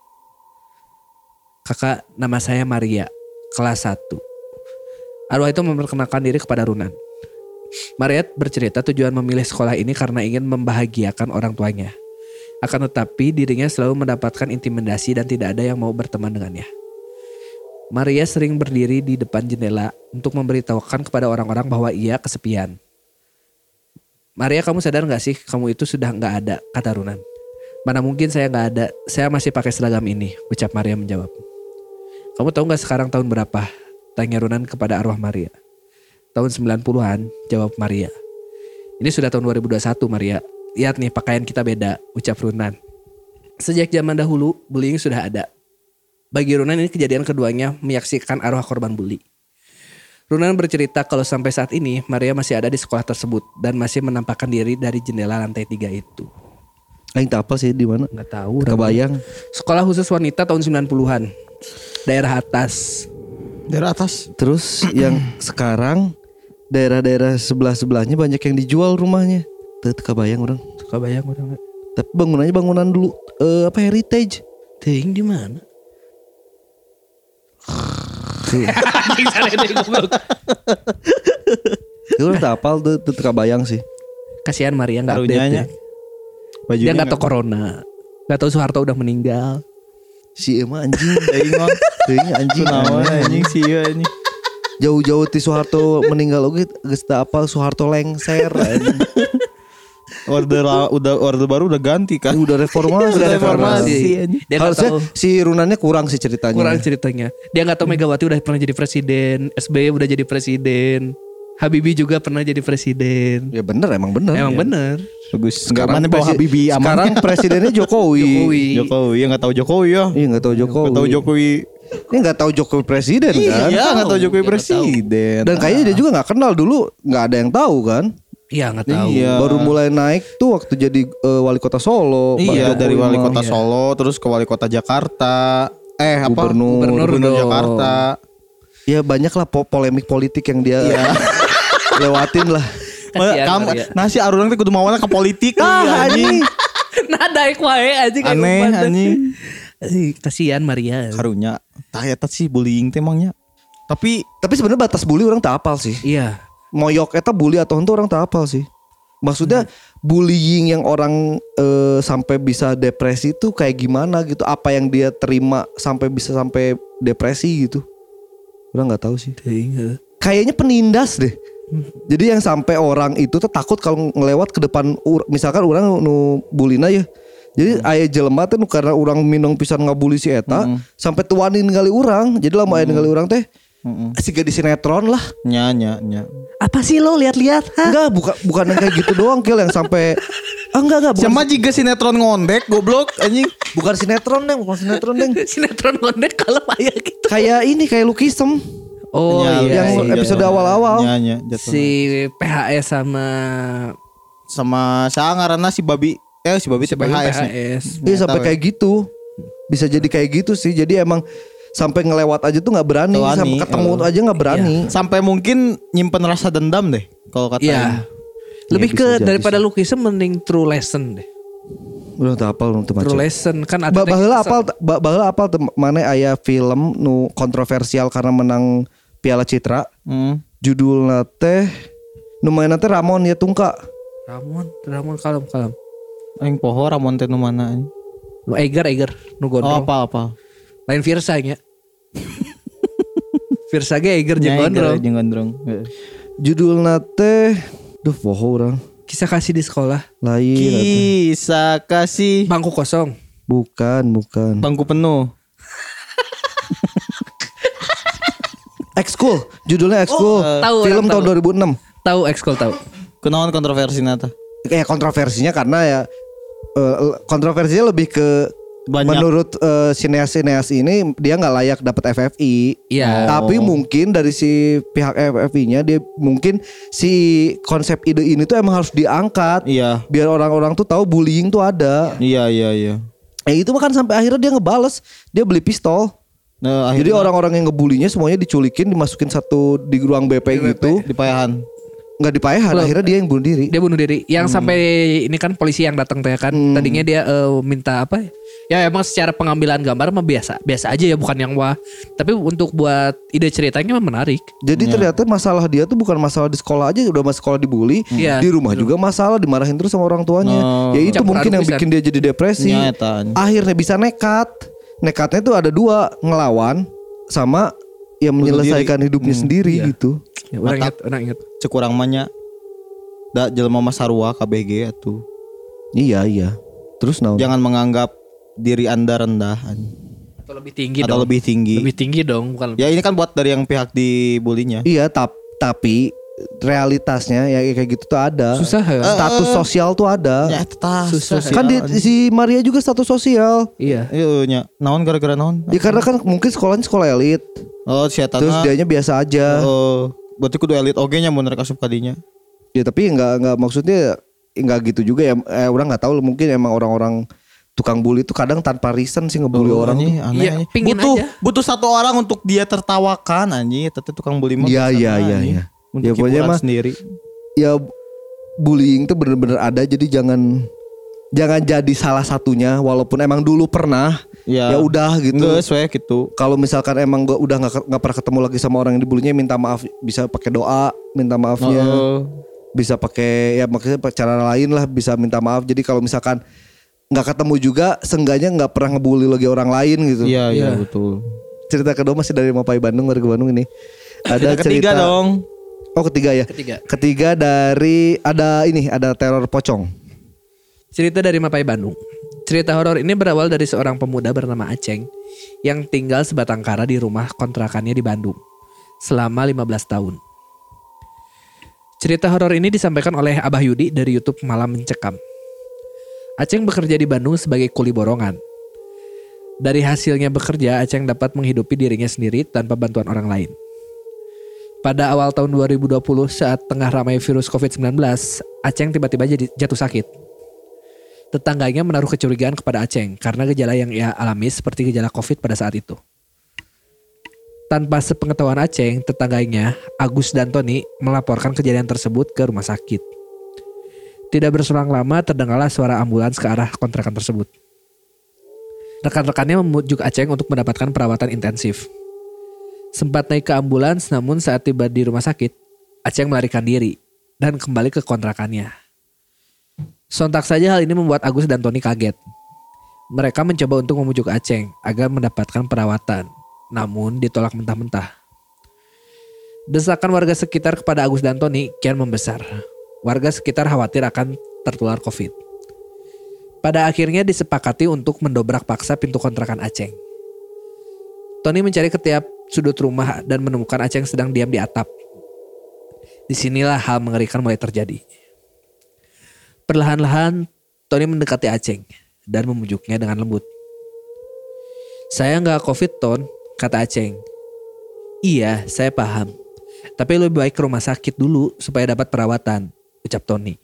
"Kakak, nama saya Maria, kelas satu. Arwah itu memperkenalkan diri kepada Runan. Maria bercerita tujuan memilih sekolah ini karena ingin membahagiakan orang tuanya. Akan tetapi dirinya selalu mendapatkan intimidasi dan tidak ada yang mau berteman dengannya. Maria sering berdiri di depan jendela untuk memberitahukan kepada orang-orang bahwa ia kesepian. "Maria, kamu sadar gak sih kamu itu sudah gak ada," kata Runan. "Mana mungkin saya gak ada, saya masih pakai seragam ini," ucap Maria menjawab. "Kamu tahu gak sekarang tahun berapa?" tanya Runan kepada arwah Maria. "Tahun sembilan puluhan, jawab Maria. "Ini sudah tahun dua ribu dua puluh satu, Maria. Lihat nih, pakaian kita beda," ucap Runan. Sejak zaman dahulu, bullying sudah ada. Bagi Runan ini kejadian keduanya menyaksikan arwah korban bully. Runan bercerita kalau sampai saat ini Maria masih ada di sekolah tersebut dan masih menampakkan diri dari jendela lantai tiga itu. Aing tak apa sih di mana? Nggak tahu. Kebayang. Sekolah khusus wanita tahun sembilan puluhan. Daerah atas. Daerah atas. Terus yang sekarang daerah-daerah sebelah-sebelahnya banyak yang dijual rumahnya. Tuh kebayang orang. Kebayang udah. Tapi bangunannya bangunan dulu eh, apa heritage. Ting di mana? Itu udah tak apal tuh, tuh kebayang sih. Kasihan Maria nggak update Karunyanya. ya. Dia nggak tahu corona, nggak tahu Soeharto udah meninggal. Si emang anjing. Aing mah Kayaknya anjing. naon anjing sih ya anjing. Jauh-jauh ti Soeharto meninggal oge geus teu apal Soeharto lengser. anjing. Orde la- udah orde baru udah ganti kan. Udah reformasi. Udah Udah reformasi. Dia nggak Harusnya tahu si Runannya kurang sih ceritanya. kurang ceritanya. Dia nggak tahu Megawati udah pernah jadi presiden, S B Y udah jadi presiden, Habibie juga pernah jadi presiden. Ya bener emang bener. Emang Ya. bener. Bagus. Sekarang Mana bawa presi- Habibie aman. Sekarang presidennya Jokowi. Jokowi. Jokowi ya nggak tahu Jokowi ya. Iya nggak tahu Jokowi. Nggak tahu Jokowi. Ini nggak tahu Jokowi presiden kan? Iya nggak tahu Jokowi Nggak presiden. Dan kayaknya dia juga nggak kenal dulu, nggak ada yang tahu kan? Iya nggak tahu. Iya. Baru mulai naik tuh waktu jadi eh, wali kota Solo. Iya Pak dari Jokowi wali mah. kota Solo terus ke wali kota Jakarta. Eh apa? Gubernur. Gubernur dong. Jakarta. Ya banyak lah po- polemik politik yang dia lewatin lah. Kasihan Kamu Maria. nasi arurang teh kudu mawana ke politik Ah, anjing. Nah daek wae anjing. Aneh anjing. Anjing, kasihan Maria. Karunya tah eta sih bullying teh emangnya. Tapi Tapi sebenarnya batas bully orang tak apal sih. Iya. Moyok eta bully atau itu orang tak apal sih. Maksudnya bullying yang orang eh, sampai bisa depresi itu kayak gimana gitu? Apa yang dia terima sampai bisa sampai depresi gitu? Udah nggak tahu sih. Kayaknya penindas deh. Jadi yang sampai orang itu tuh takut kalau ngelewat ke depan, misalkan orang nu bulina ya. Jadi hmm. aya jelema teh karena orang minong pisan ngabuli si eta hmm. sampai tuanin ngali urang. Jadi lama aya hmm. ngali urang teh hmm. siga di sinetron lah. Nya nya nya. Apa sih lo lihat-lihat? Enggak, bukan bukan yang kayak gitu doang Kil yang sampai ah enggak enggak bukan. Sama juga sinetron ngondek goblok anjing. Bukan sinetron deng, bukan sinetron deng. Sinetron ngondek kalau aya gitu. Kayak ini kayak Lukisem. Oh ya, iya. Yang iya, episode jatuh. awal-awal. Nya nya Si P H S sama sama saya ngaranna si babi eh si babi si P H S. Iya sampai kayak gitu. Bisa jadi kayak gitu sih. Jadi emang sampai ngelewat aja tuh nggak berani, Tuani, sampai ketemu uh, aja nggak berani. Iya. Sampai mungkin nyimpen rasa dendam deh kalau kata. Iya. Lebih Ya, ke bisa jadi daripada sih. Lukisem mending True Lesson deh. Udah tak apal untuk True macam. Lesson kan ada Ba- Baheula teh- apal ba- baheula apal teu mana aya film nu kontroversial karena menang Piala Citra. Hmm. Judulna teh nu mainna teh Ramon ya Tungka. Ramon, Ramon kalem kalem. Aing poho Ramon teh nu mana anjing. Nu Eger Eger, nu Oh gondrong. apa apa. Lain Virsa nya. Virsa ge Eger jeung Nya, gondrong. jeung gondrong. Heeh. Judulna teh duh poho urang. Kisah kasih di sekolah. Lain atuh. Kisah kasih Bangku kosong. Bukan, bukan. bangku penuh. Ekskul, judulnya Ekskul. Oh, tahu, Film orang tahun tahu. dua ribu enam. Tahu ekskul tahu. Kunaon kontroversina teh? Kayak kontroversinya karena ya eh, kontroversinya lebih ke Banyak. menurut eh, sineas-sineas ini dia nggak layak dapat F F I. Iya. Tapi mungkin dari si pihak F F I-nya dia mungkin si konsep ide ini tuh emang harus diangkat. Iya. Biar orang-orang tuh tahu bullying tuh ada. Iya iya iya. Eh itu kan sampai akhirnya dia ngebales, dia beli pistol. Nah, Jadi akhirnya orang-orang yang ngebulinya semuanya diculikin, dimasukin satu di ruang B P gitu. di payahan. Nggak dipayahan, Belum. akhirnya dia yang bunuh diri. Dia bunuh diri. Yang sampai ini kan polisi yang datang teh kan. Tadinya dia eh, minta apa? Ya emang secara pengambilan gambar mah biasa, biasa aja ya, bukan yang wah. Tapi untuk buat ide ceritanya mah menarik. Jadi ternyata masalah dia tuh bukan masalah di sekolah aja, udah mas sekolah dibully, Iya. di rumah juga masalah, dimarahin terus sama orang tuanya. Oh. Ya itu Campur mungkin aduk yang pisan. bikin dia jadi depresi. Nyata. Akhirnya bisa nekat. Nekatnya tuh ada dua, ngelawan sama ya menyelesaikan hidupnya sendiri iya. gitu. Ya, orang Mantap. ingat, orang ingat. Cek urang mah nya. Da jelema mah sarua K B G atuh. Iya iya. Terus naon? Jangan menganggap diri Anda rendah Atau lebih tinggi atau dong. lebih tinggi. Lebih tinggi dong, bukan Ya ini kan buat dari yang pihak dibulinya. Iya tap, tapi realitasnya ya kayak gitu tuh ada. susah ya. Status sosial tuh ada. Ya tetap Susah. Kan di, si Maria juga status sosial. Iya. Iya nya. Naon gara-gara naon? Ya karena kan mungkin sekolahnya sekolah elit. Oh si eta Terus na- dianya biasa aja. Oh, berarti kudu elit oge nya mun rek asup kadinya. Ya tapi nggak nggak maksudnya nggak gitu juga ya. Eh, orang nggak tahu mungkin emang orang-orang tukang bully itu kadang tanpa reason sih ngebully Oh, orang tuh. anjing, aneh, Iya, anjing. pingin butuh aja. butuh satu orang untuk dia tertawakan anjing, tapi tukang bully mah. Iya, biasa iya, mah, iya, anjing. iya. Untuk Ya, pokoknya hiburan mah- sendiri. Ya bullying tuh bener-bener ada, jadi jangan jangan jadi salah satunya walaupun emang dulu pernah. Ya, Ya udah gitu. Geus we gitu. Kalau misalkan emang gak, udah nggak nggak pernah ketemu lagi sama orang yang dibulinya, minta maaf, bisa pakai doa, minta maafnya. Heeh. Bisa pakai ya maksudnya pakai cara lain lah, bisa minta maaf. Jadi kalau misalkan nggak ketemu juga, seenggaknya nggak pernah ngebully lagi orang lain gitu. Iya, iya Iya. betul. Cerita kedua masih dari Mapai Bandung, warga Bandung ini. Ada Ada ketiga cerita, dong. Oh ketiga ya. Ketiga. Ketiga dari ada ini ada teror pocong. Cerita dari Mapai Bandung. Cerita horor ini berawal dari seorang pemuda bernama Aceng yang tinggal sebatang kara di rumah kontrakannya di Bandung selama lima belas tahun. Cerita horor ini disampaikan oleh Abah Yudi dari YouTube Malam Mencekam. Aceng bekerja di Bandung sebagai kuli borongan. Dari hasilnya bekerja, Aceng dapat menghidupi dirinya sendiri tanpa bantuan orang lain. Pada awal tahun dua ribu dua puluh saat tengah ramai virus covid sembilan belas, Aceng tiba-tiba jadi jatuh sakit. Tetangganya menaruh kecurigaan kepada Aceng karena gejala yang ia alami seperti gejala COVID pada saat itu. Tanpa sepengetahuan Aceng, tetangganya, Agus dan Tony, melaporkan kejadian tersebut ke rumah sakit. Tidak berselang lama terdengarlah suara ambulans ke arah kontrakan tersebut. Rekan-rekannya memujuk Aceng untuk mendapatkan perawatan intensif. Sempat naik ke ambulans, namun saat tiba di rumah sakit, Aceng melarikan diri dan kembali ke kontrakannya. Sontak saja hal ini membuat Agus dan Tony kaget. Mereka mencoba untuk memujuk Aceng agar mendapatkan perawatan, namun ditolak mentah-mentah. Desakan warga sekitar kepada Agus dan Tony kian membesar. Warga sekitar khawatir akan tertular COVID. Pada akhirnya disepakati untuk mendobrak paksa pintu kontrakan Aceng. Tony mencari ke tiap sudut rumah dan menemukan Aceng sedang diam di atap. Disinilah hal mengerikan mulai terjadi. Perlahan-lahan Tony mendekati Aceng dan memujuknya dengan lembut. "Saya nggak COVID, Ton," kata Aceng. "Iya, saya paham. Tapi lebih baik ke rumah sakit dulu supaya dapat perawatan," ucap Tony.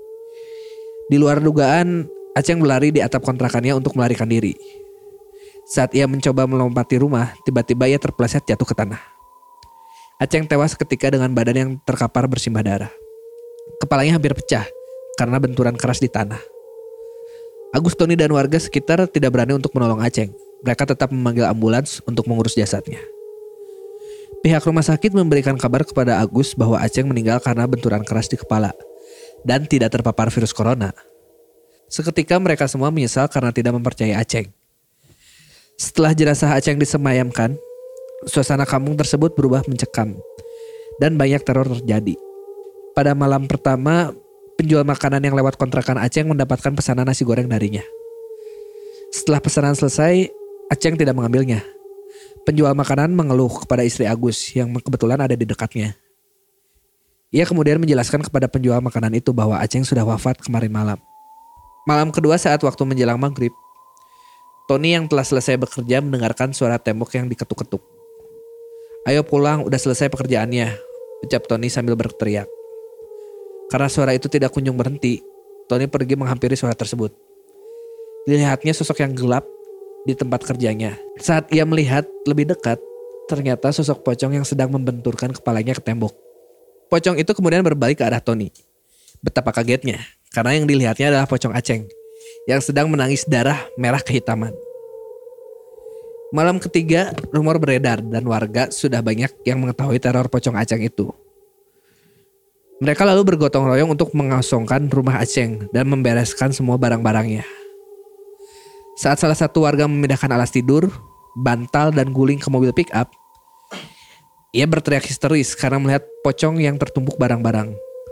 Di luar dugaan, Aceng berlari di atap kontrakannya untuk melarikan diri. Saat ia mencoba melompati rumah, tiba-tiba ia terpeleset jatuh ke tanah. Aceng tewas seketika dengan badan yang terkapar bersimbah darah. Kepalanya hampir pecah karena benturan keras di tanah. Agus, Tony dan warga sekitar tidak berani untuk menolong Aceng. Mereka tetap memanggil ambulans untuk mengurus jasadnya. Pihak rumah sakit memberikan kabar kepada Agus bahwa Aceng meninggal karena benturan keras di kepala dan tidak terpapar virus corona. Seketika mereka semua menyesal karena tidak mempercayai Aceng. Setelah jenazah Aceng disemayamkan, suasana kampung tersebut berubah mencekam dan banyak teror terjadi. Pada malam pertama, penjual makanan yang lewat kontrakan Aceng mendapatkan pesanan nasi goreng darinya. Setelah pesanan selesai, Aceng tidak mengambilnya. Penjual makanan mengeluh kepada istri Agus yang kebetulan ada di dekatnya. Ia kemudian menjelaskan kepada penjual makanan itu bahwa Aceng sudah wafat kemarin malam. Malam kedua saat waktu menjelang maghrib, Tony yang telah selesai bekerja mendengarkan suara tembok yang diketuk-ketuk. "Ayo pulang, udah selesai pekerjaannya," ucap Tony sambil berteriak. Karena suara itu tidak kunjung berhenti, Tony pergi menghampiri suara tersebut. Dilihatnya sosok yang gelap di tempat kerjanya. Saat ia melihat lebih dekat, ternyata sosok pocong yang sedang membenturkan kepalanya ke tembok. Pocong itu kemudian berbalik ke arah Tony. Betapa kagetnya, karena yang dilihatnya adalah pocong Aceng yang sedang menangis darah merah kehitaman. Malam ketiga, rumor beredar dan warga sudah banyak yang mengetahui teror pocong Aceng itu. Mereka lalu bergotong royong untuk mengosongkan rumah Aceng dan membereskan semua barang-barangnya. Saat salah satu warga memindahkan alas tidur, bantal dan guling ke mobil pick up, ia berteriak histeris karena melihat pocong yang tertumpuk barang-barang.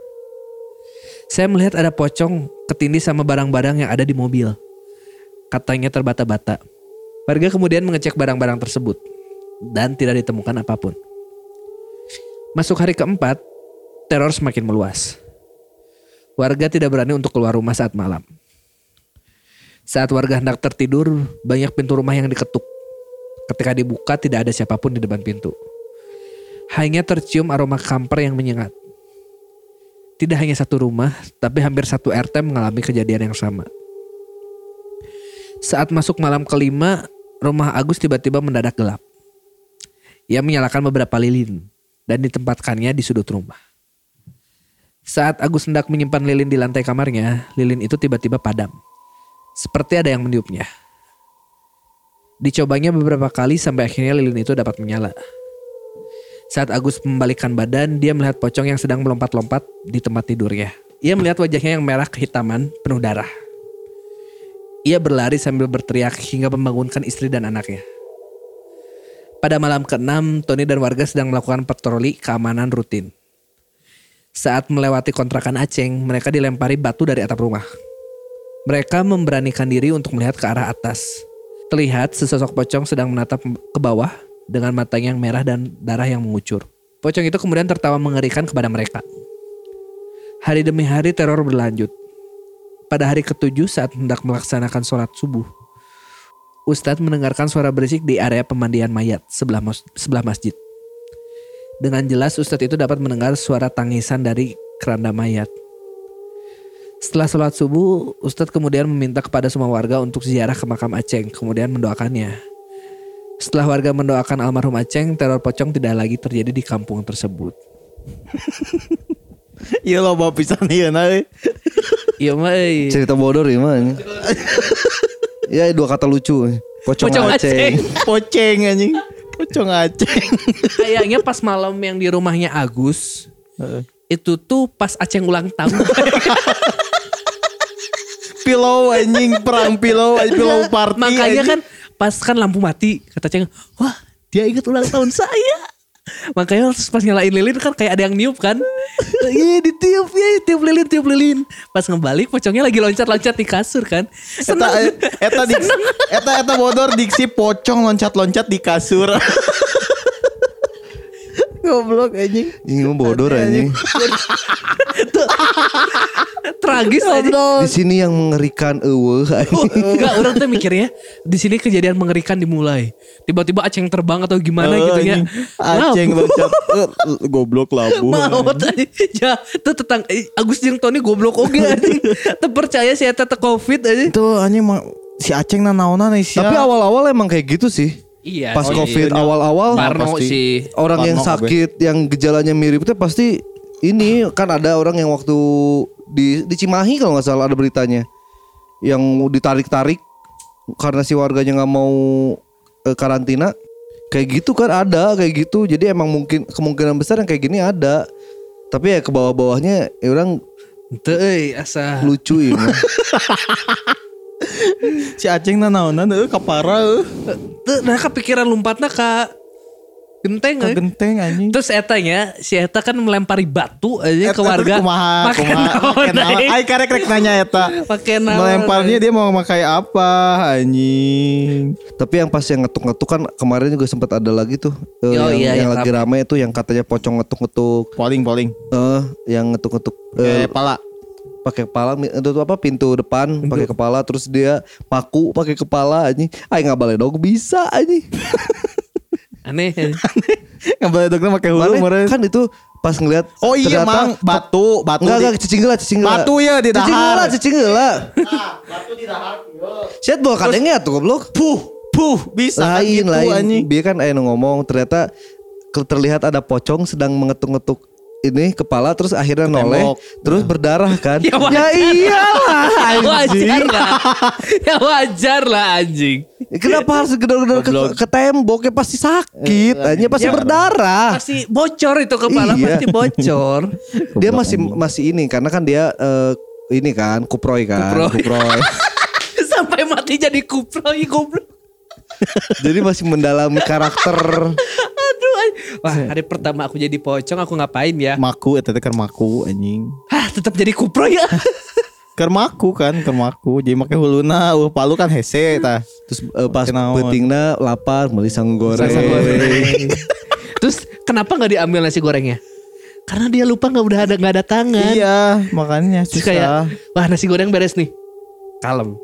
"Saya melihat ada pocong ketindih sama barang-barang yang ada di mobil," katanya terbata-bata. Warga kemudian mengecek barang-barang tersebut dan tidak ditemukan apapun. Masuk hari keempat, teror semakin meluas. Warga tidak berani untuk keluar rumah saat malam. Saat warga hendak tertidur, banyak pintu rumah yang diketuk. Ketika dibuka, tidak ada siapapun di depan pintu. Hanya tercium aroma kamper yang menyengat. Tidak hanya satu rumah, tapi hampir satu R T mengalami kejadian yang sama. Saat masuk malam kelima, rumah Agus tiba-tiba mendadak gelap. Ia menyalakan beberapa lilin dan ditempatkannya di sudut rumah. Saat Agus hendak menyimpan lilin di lantai kamarnya, lilin itu tiba-tiba padam. Seperti ada yang meniupnya. Dicobanya beberapa kali sampai akhirnya lilin itu dapat menyala. Saat Agus membalikkan badan, dia melihat pocong yang sedang melompat-lompat di tempat tidurnya. Ia melihat wajahnya yang merah kehitaman, penuh darah. Ia berlari sambil berteriak hingga membangunkan istri dan anaknya. Pada malam keenam, Tony dan warga sedang melakukan patroli keamanan rutin. Saat melewati kontrakan Aceng, mereka dilempari batu dari atap rumah. Mereka memberanikan diri untuk melihat ke arah atas. Terlihat sesosok pocong sedang menatap ke bawah dengan matanya yang merah dan darah yang mengucur. Pocong itu kemudian tertawa mengerikan kepada mereka. Hari demi hari teror berlanjut. Pada hari ketujuh saat hendak melaksanakan sholat subuh, Ustadz mendengarkan suara berisik di area pemandian mayat sebelah, mos- sebelah masjid. Dengan jelas Ustadz itu dapat mendengar suara tangisan dari keranda mayat. Setelah sholat subuh, Ustadz kemudian meminta kepada semua warga untuk ziarah ke makam Aceng, kemudian mendoakannya. Setelah warga mendoakan almarhum Aceng, teror pocong tidak lagi terjadi di kampung tersebut. Iya lo bawa pisan ieu na. Iya mah euy. Cerita bodor ya mah. Ya dua kata lucu. Pocong, Pocong Aceng. Aceng. Poceng anjing. Pocong Aceng. Kayaknya pas malam yang di rumahnya Agus, itu tuh pas Aceng ulang tahun. pillow anjing, perang pillow, pillow party. Makanya anjing. kan pas kan lampu mati kata Ceng, wah dia ingat ulang tahun saya. Makanya terus pas nyalain lilin kan kayak ada yang niup kan. Iya ditiup ya, tiup lilin, tiup lilin. Pas ngebalik pocongnya lagi loncat-loncat di kasur kan. Eta Seneng. eta diksi, eta eta bodor diksi pocong loncat-loncat di kasur. Goblok anjing. Ini bodor anjing. Tragis aja. Di sini yang mengerikan eueuh anjing. Enggak, orang tuh mikirnya di sini kejadian mengerikan dimulai. Tiba-tiba Aceng terbang atau gimana Eh, gitu ya. anjing. Aceng loncat. Eh, goblok labu. Maut aja. Ya, itu tetang eh, Agus jeung Tony goblok oge anjing. Teu percaya si eta teh Covid aja. Itu anjing mah si Aceng nanaonan sih. Tapi awal-awal emang kayak gitu sih. Iya. Pas sih. Covid iya. awal-awal Parno pasti. sih. orang yang Parno, sakit yang gejalanya mirip itu pasti ini kan ada orang yang waktu di di Cimahi kalau nggak salah ada beritanya yang ditarik-tarik karena si warganya nggak mau eh, karantina kayak gitu kan ada kayak gitu jadi emang mungkin kemungkinan besar yang kayak gini ada tapi ya ke bawah-bawahnya ya orang Teu euy asa lucu ini. si Aceng nanaonan eueuh kapara eueuh. teu nah kepikiran lompatna ka genteng Ka euy. genteng anjing. Terus etanya si eta kan melempari batu aja ke Eta warga. tuh kumaha, Pakai kumaha, naon, pakai naon. euy? Ai karek rek nanya eta. Pakai naon, Melemparnya euy? dia mau pakai apa anjing. Tapi yang pas yang ngetuk-ngetuk kan kemarin juga sempat ada lagi tuh eh, Oh yang, iya, yang yang lagi rame itu yang katanya pocong ngetuk-ngetuk Poling poling. eh yang ngetuk-ngetuk Eh eh, pala. pakai kepala itu tuh apa pintu depan pakai kepala terus dia paku pakai kepala anjing ay nggak boleh dong bisa anjing Aneh. Ngambil dokter pakai hulu Mana? meureun. Kan itu pas ngeliat Oh iya ternyata- mang batu batu. enggak di- enggak cicing heula cicing heula Batu ya di cicing dahar. heula cicing heula Batu di dahar. siat bawa kadengnya tuh goblok Puh puh bisa kan lain gitu lain anjing. dia kan aya nu ngomong ternyata ke- terlihat ada pocong sedang mengetuk-ngetuk ini kepala terus akhirnya noleh tembok. terus berdarah kan Ya wajar. ya iyalah Ya wajar anjing lah. Ya wajar lah anjing. kenapa harus gedor-gedor ke, Goblok. ke tembok ya pasti sakit hanya pasti Ya, berdarah Pasti bocor itu kepala Iya. pasti bocor. dia masih masih ini karena kan dia eh, ini kan kuproy kan Kuproy. kuproy. Sampai mati jadi kuproy goblok. Jadi masih mendalami karakter. Aduh. ay. Wah, hari pertama aku jadi pocong aku ngapain ya? Maku eta teh keur maku anjing. Hah, tetap jadi kuproy ya. Keur maku kan, keur maku. Jadi make huluna, uh palu kan hese tah. Terus eh, pas Kenaon. betingna lapar beli sangu goreng. Sangu goreng. Terus kenapa nggak diambil nasi gorengnya? Karena dia lupa nggak udah ada nggak ada tangan. Iya, makanya Terus kayak, susah. wah nasi goreng beres nih. Kalem.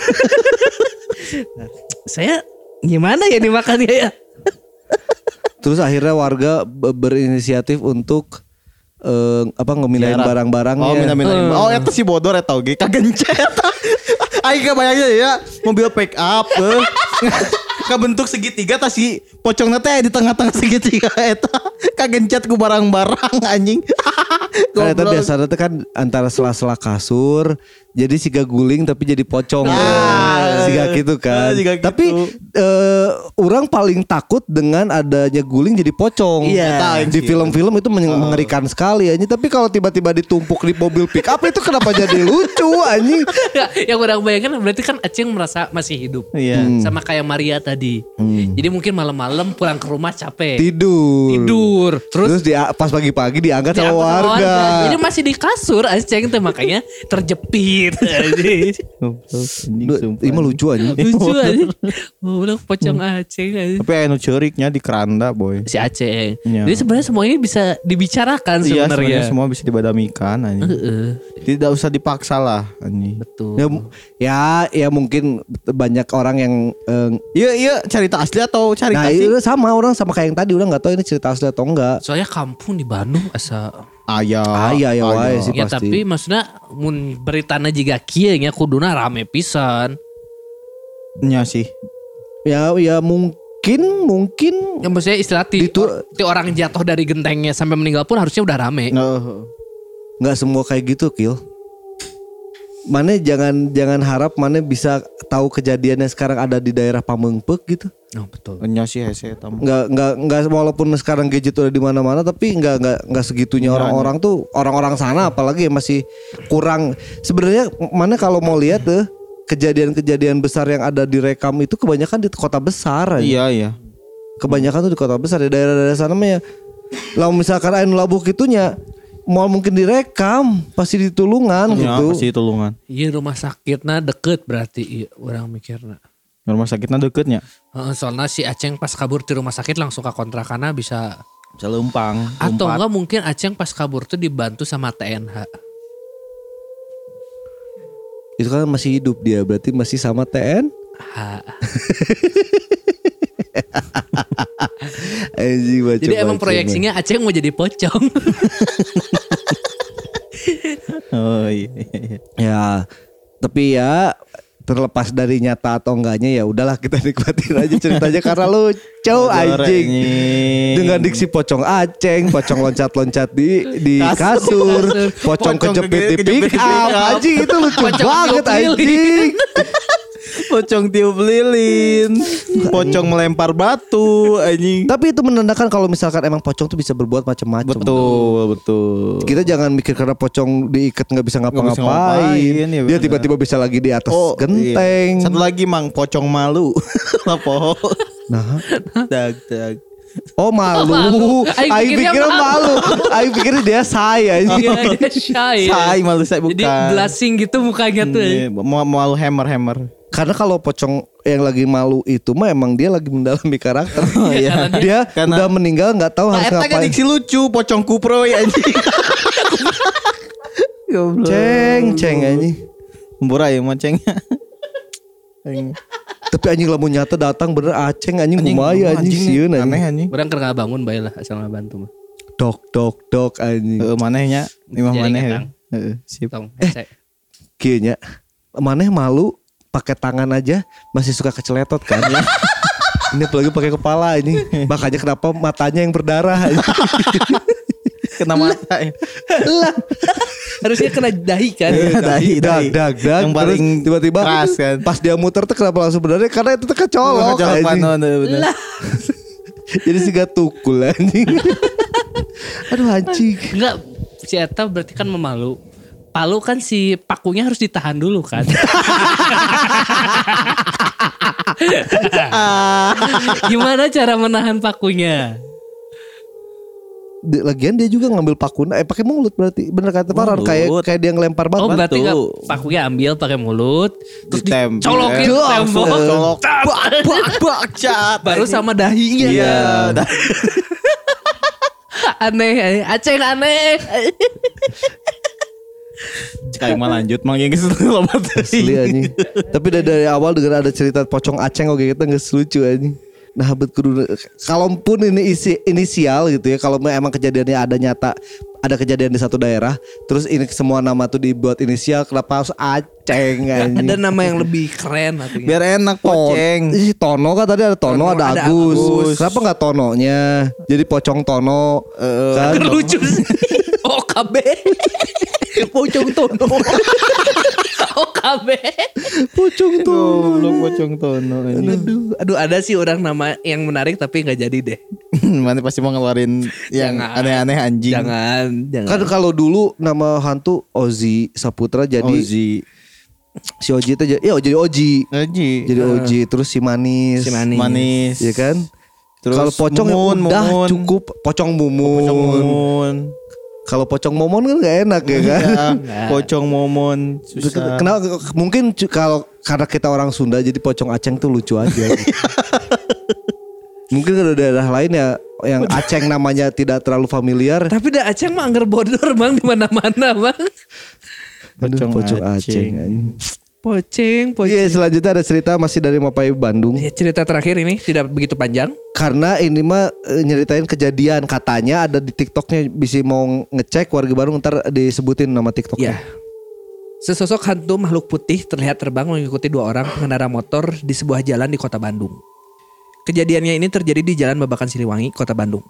Nah, saya gimana ya nih makannya ya? Terus akhirnya warga be- berinisiatif untuk eh, apa ngemindahin Jarak. barang-barangnya. Oh, mina-mina. Eh. Oh, eta si bodor eta oge kagencet. Aing kebayangnya ya, mobil pick up eh. Kabentuk segitiga tas si pocongna teh di tengah-tengah segitiga eta. Kagencet ku barang-barang anjing. Kan eta Goblok. biasanya tuh kan antara sela-sela kasur jadi siga guling tapi jadi pocong. Ah. Siga gitu kan. Ah, siga gitu. Tapi eh, orang paling takut dengan adanya guling jadi pocong. Iya. Eta aing Di sih. film-film itu men- mengerikan sekali anjing. Tapi kalau tiba-tiba ditumpuk di mobil pick up itu kenapa jadi lucu anjing? Nggak, yang orang bayangkan berarti kan Aceng merasa masih hidup. Iya. Sama kayak Maria tadi. Jadi mungkin malam-malam pulang ke rumah capek. Tidur. Tidur. Terus, Terus dia pas pagi-pagi diangkat sama diangkat sama warga. Jadi masih di kasur Aceng tuh makanya terjepit. Goblok, anjing, Duh, sumpah. Ini mah lucu aja. Lucu aja. Goblok pocong Aceng aja. Tapi aya nu ceuriknya di keranda boy. Si Aceng. Iya. Jadi sebenarnya semuanya bisa dibicarakan Iya, sebenarnya. sebenarnya semua bisa dibadamikan anjing. Heeh, Tidak usah dipaksa lah anjing. betul. Ya, ya, ya mungkin banyak orang yang eh, Iya iya cerita asli atau cerita nah sih? itu sama orang sama kayak yang tadi orang nggak tahu ini cerita asli atau enggak. Soalnya kampung di Bandung asa Ayah. Ah, iya, iya, wae sih. ya pasti. tapi maksudnya mun beritana jiga kieu nya kuduna rame pisan. Nya sih. Ya ya mungkin mungkin Ya maksudnya istilah ti, Ditu- or- ti orang jatuh dari gentengnya sampai meninggal pun harusnya udah rame. Nah, nggak semua kayak gitu Kil. Mana jangan jangan harap mana bisa tahu kejadian yang sekarang ada di daerah Pameungpeuk gitu. Oh betul. Nya sih hese eta mah. Nggak nggak nggak walaupun sekarang gadget udah di mana-mana tapi nggak nggak nggak segitunya orang-orang tuh orang-orang sana apalagi yang masih kurang. Sebenarnya mana kalau mau lihat tuh kejadian-kejadian besar yang ada direkam itu kebanyakan di kota besar aja. Iya iya. Kebanyakan tuh di kota besar di daerah-daerah sana mah ya. Lah misalkan anu labuh gitunya mau mungkin direkam pasti di Tulungan Ya, gitu. pasti tulungan. Iya rumah sakitnya deket berarti iya, orang mikirnya. Rumah sakitnya deketnya. Heeh, soalnya si Aceng pas kabur di rumah sakit langsung ke kontrakannya bisa. Bisa lempang. Atau lompat. enggak mungkin Aceng pas kabur tuh dibantu sama T N H. Itu kan masih hidup dia berarti masih sama T N. Ha. Anjing, baca, Jadi emang baca, proyeksinya Aceng mau jadi pocong. Oh iya, iya, iya. Ya, tapi ya terlepas dari nyata atau enggaknya ya udahlah kita nikmatin aja ceritanya karena lucu anjing. Dengan diksi pocong Aceng, pocong loncat-loncat di di kasur, pocong Pocong kejepit di kejepit di pick pick up. up. Anjing itu lucu Pocong banget tiup lilin. anjing. Pocong tiup lilin, pocong melempar batu, anjing. Tapi itu menandakan kalau misalkan emang pocong tuh bisa berbuat macam-macam. Betul, betul. Kita jangan mikir karena pocong diikat nggak bisa Nggak bisa ngapa-ngapain. ngapain, ya Dia benar. tiba-tiba bisa lagi di atas Oh, genteng. iya. Satu lagi mang pocong malu. Apa? Nah, Dag dag. oh malu. malu. Aing Aing pikirnya pikirnya malu. Aing pikirnya dia say anjing. Iya dia shy. Say malu saya bukan. Jadi blushing gitu mukanya tuh. Iya, mau malu hammer hammer. Karena kalau pocong yang lagi malu itu mah emang dia lagi mendalami karakter. Oh iya. Dia Karena- udah meninggal nggak tahu Nah, harus eta kan ngapain. diksi lucu, pocong kupro ya anjing. Goblok. Ceng, ceng anjing. Murah ya macengnya. Tapi anjing lamun nyata datang bener Aceng anjing Anjing, kumaya anjing anjing, sieun aneh anjing. anjing. Orang kena bangun bae lah asal bantu mah. Dok dok dok anjing. Heeh, manehnya, imah Jadi maneh. ngetang. Heeh, sip. Tong. Eh. Kieu nya. Maneh malu pakai tangan aja masih suka keceletot kan ya. Ini apalagi pakai kepala ini. Makanya kenapa matanya yang berdarah. Kena mata ya. Harusnya kena dahi kan. Iya, dahi, dag dahi. dag dag Yang terus paling tiba-tiba keras kan. pas dia muter tuh kenapa langsung berdarah karena itu tuh kecolok Kecolok anjing. panon, bener. Jadi sih gak tukul anjing. Aduh anjing. Enggak, si Eta berarti kan memalu. Palu kan si pakunya harus ditahan dulu kan. Gimana cara menahan pakunya? Di- Lagian dia juga ngambil pakuna eh pakai mulut berarti bener kata Farhan Mulut. kayak kayak dia ngelempar batu. Oh berarti Bantu. nggak pakunya ambil pakai mulut, terus Ditem- dicolokin ke Iya, tembok, colok. Bak bak bak cat. baru sama dahinya. Iya, dah. Aneh, Aceng aneh. Sekali mah lanjut mang yang geus loba Asli anjing. Tapi dari, dari awal dengan ada cerita pocong Aceng oke kita nggak lucu anjing. Nah bet kudu kalaupun ini isi inisial gitu ya kalau emang kejadiannya ada nyata ada kejadian di satu daerah terus ini semua nama tuh dibuat inisial kenapa harus Aceng anjing. Ada nama yang lebih keren artinya. biar enak Ton- poceng. Ih, Tono kan tadi ada Tono, Tono, ada, ada Agus. Agus. Kenapa nggak Tononya? Jadi pocong Tono. kan? Kan lucu sih. O K B. Pocong Tono. O K B. Pocong Tono. Goblok pocong tono. anjing. Aduh, aduh ada sih orang nama yang menarik tapi nggak jadi deh. Mana pasti mau ngeluarin yang Jangan. aneh-aneh anjing. Jangan, jangan. Kan kalau dulu nama hantu Ozi Saputra jadi Ozi. si Oji itu jadi ya jadi Oji. Oji. Jadi Oji terus si Manis. Si Manis. Manis. Ya kan? Terus Kalau pocong ya Mumun, udah Mumun. cukup pocong Mumun. Pocong Mumun. Kalau pocong Momon kan gak enak ya kan? Ya, pocong Momon susah. Kenapa mungkin cu- kalau karena kita orang Sunda jadi pocong Aceng tuh lucu aja. Mungkin kalau daerah lain ya yang Aceng namanya tidak terlalu familiar. Tapi dah Aceng mah anggar bodor bang di mana-mana bang. Aduh, Pocong pocong Aceng. Aceng. anjing. Poceng, poceng. Iya selanjutnya ada cerita masih dari Mapai Bandung. Ya, cerita terakhir ini tidak begitu panjang. Karena ini mah e, nyeritain kejadian katanya ada di TikToknya bisa mau ngecek warga Bandung ntar disebutin nama TikToknya. Ya. Sesosok hantu makhluk putih terlihat terbang mengikuti dua orang pengendara motor di sebuah jalan di kota Bandung. Kejadiannya ini terjadi di Jalan Babakan Siliwangi, kota Bandung.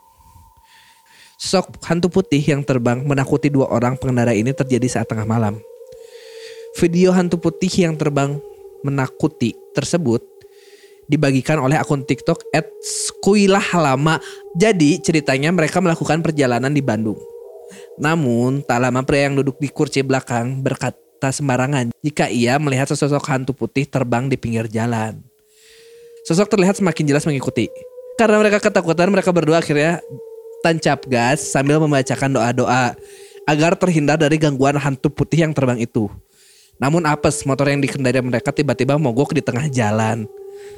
Sosok hantu putih yang terbang menakuti dua orang pengendara ini terjadi saat tengah malam. Video hantu putih yang terbang menakuti tersebut dibagikan oleh akun TikTok et skuilahhlama. Jadi ceritanya mereka melakukan perjalanan di Bandung. Namun tak lama pria yang duduk di kursi belakang berkata sembarangan jika ia melihat sesosok hantu putih terbang di pinggir jalan. Sosok terlihat semakin jelas mengikuti. Karena mereka ketakutan, mereka berdua akhirnya tancap gas sambil membacakan doa-doa agar terhindar dari gangguan hantu putih yang terbang itu. Namun apes, motor yang dikendari mereka tiba-tiba mogok di tengah jalan.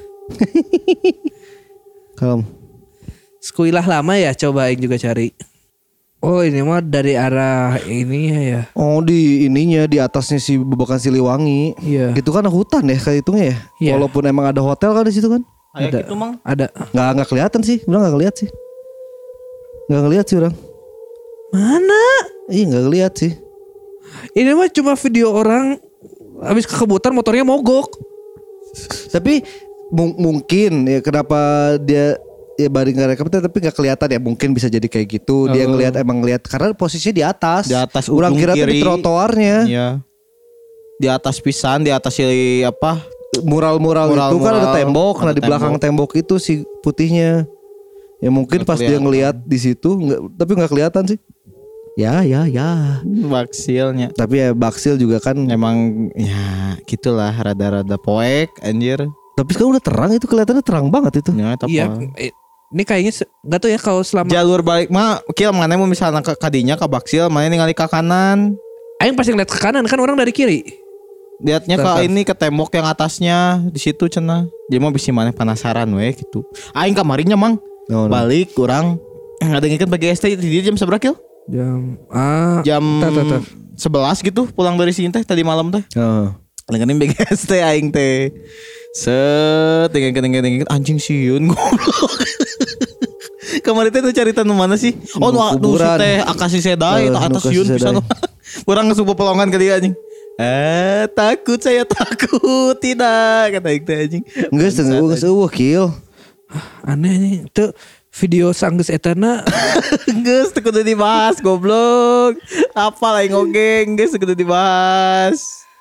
Kalem. Skuilah lama ya, coba Aing juga cari. Oh ini mah dari arah ini ya. Oh di ininya di atasnya si Babakan Siliwangi. Iya. Itu kan hutan ya kayak hitungnya ya. Iya. Walaupun emang ada hotel kan di situ kan. Kayak Ada. gitu mang. Ada. Nggak nggak kelihatan sih, udah nggak ngeliat sih. Nggak ngeliat sih orang. Mana? Iya nggak ngeliat sih. Ini mah cuma video orang habis kekebutan motornya mogok. Tapi mung- mungkin ya kenapa dia ya baring nggak rekam tapi nggak kelihatan ya, mungkin bisa jadi kayak gitu. Dia Oh. ngelihat emang ngelihat karena posisinya di atas. Di atas Orang ujung kira tuh di kiri. trotoarnya. Iya. Di atas pisan, di atas si apa? Mural-mural itu kan ada Mural-mural, tembok. Nah ada di belakang tembok itu si putihnya. Ya mungkin Nggak pas dia kelihatan. ngelihat di situ nggak, tapi nggak kelihatan sih. Ya ya ya. Baksilnya. Tapi ya Baksil juga kan. Emang ya gitulah rada-rada poek anjir. Tapi sekarang udah terang, itu kelihatannya terang banget itu. Ya, tapi Iya. eh, Ini kayaknya se- nggak tahu ya kalau selama jalur balik mah kieu mana mau misalnya ke kadinya ke Baksil, mana ningali ke kanan. Aing pasti ngeliat ke kanan kan orang dari kiri. Lihatnya ke Tetap. ini ke tembok yang atasnya di situ cenah. Jadi mau bisa mana penasaran we gitu. Aing kamarinya mang No, no. balik kurang ada ngikut bagi S T di dia jam seberapa Kil? Jam ah Jam tar, tar, tar. sebelas gitu pulang dari sini teh tadi malam teh. Heeh. Lenganin B G S teh aing teh. Set tinggal tinggal tinggal anjing siun goblok. Kemarin teh nu carita nu mana sih? Oh nu nu si kuburan. teh Akasi Sedai Eh, eta nu atas Akasi siun pisan. Sedai. Kurang ngesubuh pelongan ke dia anjing. Eh takut saya takut tidak kata aing teh anjing. Enggak setengah enggak seueuh kill. Aneh nih. Tuh video sanggeus etana Geus teu kudu dibahas goblok. Apa lain oge geus teu kudu dibahas.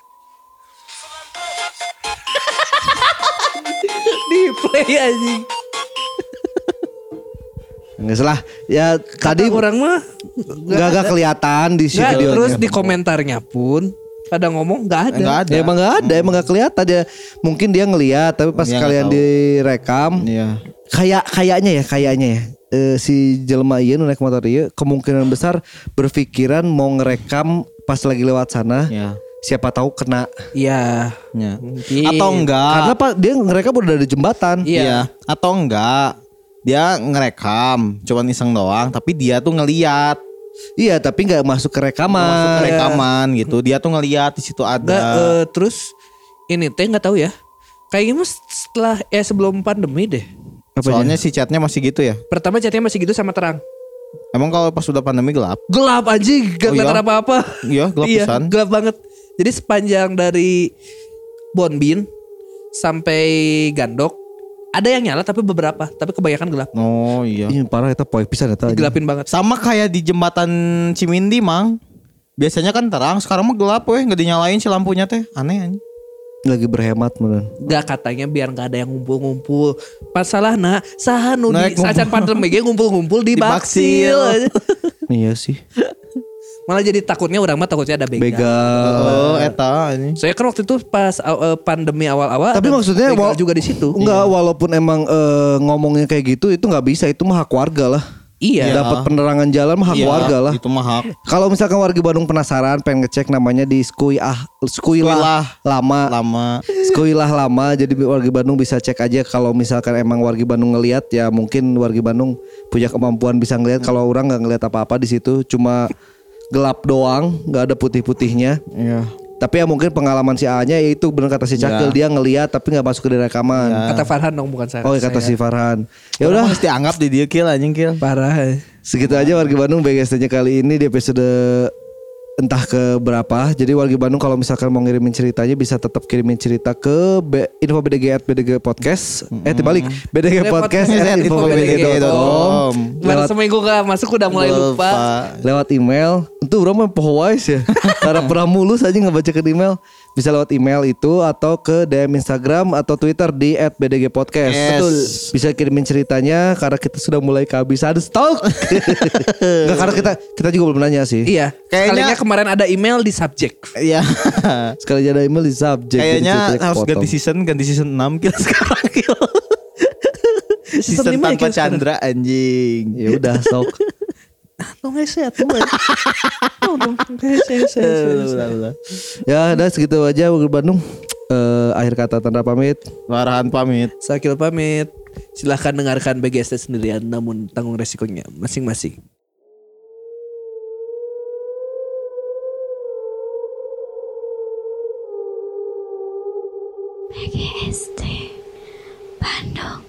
di play anjing. Enggak salah. Ya tadi Tadi orang mah enggak enggak kelihatan di si nggak, videonya. terus di komentarnya pun pada ngomong nggak ada. Enggak ada. Ya, emang enggak ada, emang enggak kelihatan dia. Mungkin dia ngelihat tapi pas Dia kalian nggak tahu. direkam Iya. kayak kayaknya ya, kayaknya ya. Eh, si jelema ieu nu naik motor ieu kemungkinan besar berpikiran mau ngerekam pas lagi lewat sana. Iya. Siapa tahu kena. Iya. Ya. Mungkin. Atau enggak? Karena Pak dia ngerekam udah ada jembatan. Iya. Iya. Atau enggak? Dia ngerekam, cuman iseng doang, tapi dia tuh ngeliat, Iya, tapi nggak masuk ke rekaman. masuk ke rekaman gitu. Dia tuh ngeliat di situ Nggak, ada. eh, terus ini teh nggak tahu ya. Kayaknya mas setelah ya sebelum pandemi deh. Soalnya si chatnya masih gitu ya. Pertama chatnya masih gitu sama terang. Emang kalau pas udah pandemi gelap? Gelap anjing, gak Oh, iya? kelihatan apa-apa. Iya, gelap Iya, pisan. gelap banget. Jadi sepanjang dari Bonbin sampai Gandok ada yang nyala tapi beberapa, tapi kebanyakan gelap. Oh iya. Ih, parah eta poek pisan eta. Gelapin banget. Sama kayak di jembatan Cimindi, Mang. Biasanya kan terang, sekarang mah gelap weh, nggak dinyalain si lampunya teh. Aneh anjing. Lagi berhemat beneran. Gak katanya biar gak ada yang ngumpul-ngumpul. Masalahna saha nu Naik di sacan pandemi ge ngumpul-ngumpul di, Di Baksil. Baksil. Iya sih. Malah jadi takutnya orang mah takutnya ada begal. Begal. Oh, eta ini. Saya kan waktu itu pas uh, pandemi awal-awal Tapi ada maksudnya begal wal- juga di situ. Enggak, walaupun emang eh, ngomongnya kayak gitu itu nggak bisa, itu mah hak warga lah. Iya. Dapat penerangan jalan mah hak Iya, warga lah. Itu mah hak. Kalau misalkan warga Bandung penasaran pengen ngecek namanya di Skui ah Skuilah Skuilah. lama. Lama. Skuilah lama, jadi warga Bandung bisa cek aja kalau misalkan emang warga Bandung ngelihat ya mungkin warga Bandung punya kemampuan bisa ngelihat. Kalau orang nggak ngelihat apa-apa di situ, cuma gelap doang, nggak ada putih-putihnya. Iya. Tapi ya mungkin pengalaman si A-nya ya itu benar kata si Cakil, Ya. dia ngelihat tapi nggak masuk ke rekaman. Ya. Kata Farhan dong bukan saya. Oh ya kata si saya. Farhan. Ya Ya udah udah mesti anggap di dia kill anjing kill. Parah. segitu aja warga Bandung B G S T-nya kali ini di episode entah ke berapa. Jadi warga Bandung kalau misalkan mau ngirimin ceritanya bisa tetap kirimin cerita ke B, info B D G at B D G podcast. Eh terbalik B D G podcast at info B D G dot com. Baru seminggu gak masuk udah mulai lupa. Lewat email. Itu orang mah pohowais ya. Karena pernah mulus aja ngebaca ke email. bisa lewat email itu atau ke D M Instagram atau Twitter di et b d g podcast. Yes. Betul. Bisa kirimin ceritanya karena kita sudah mulai kehabisan stok. Enggak, karena kita kita juga belum nanya sih. Iya. Kayaknya- Sekalinya kemarin ada email di subjek. Iya. Sekali ada email di subjek. jadi Kayaknya ceritanya harus kepotong. ganti season, ganti season enam kita sekarang Kil. Season lima ya, tanpa Kil, sekarang? Chandra anjing. Ya udah sok. Tong hese atuh. Tong hese hese. Ya udah segitu aja Bogor Bandung. Eh, akhir kata Tandra pamit. Warahan pamit. Sakil pamit. Silahkan dengarkan B G S T sendirian namun tanggung resikonya masing-masing. B G S T Bandung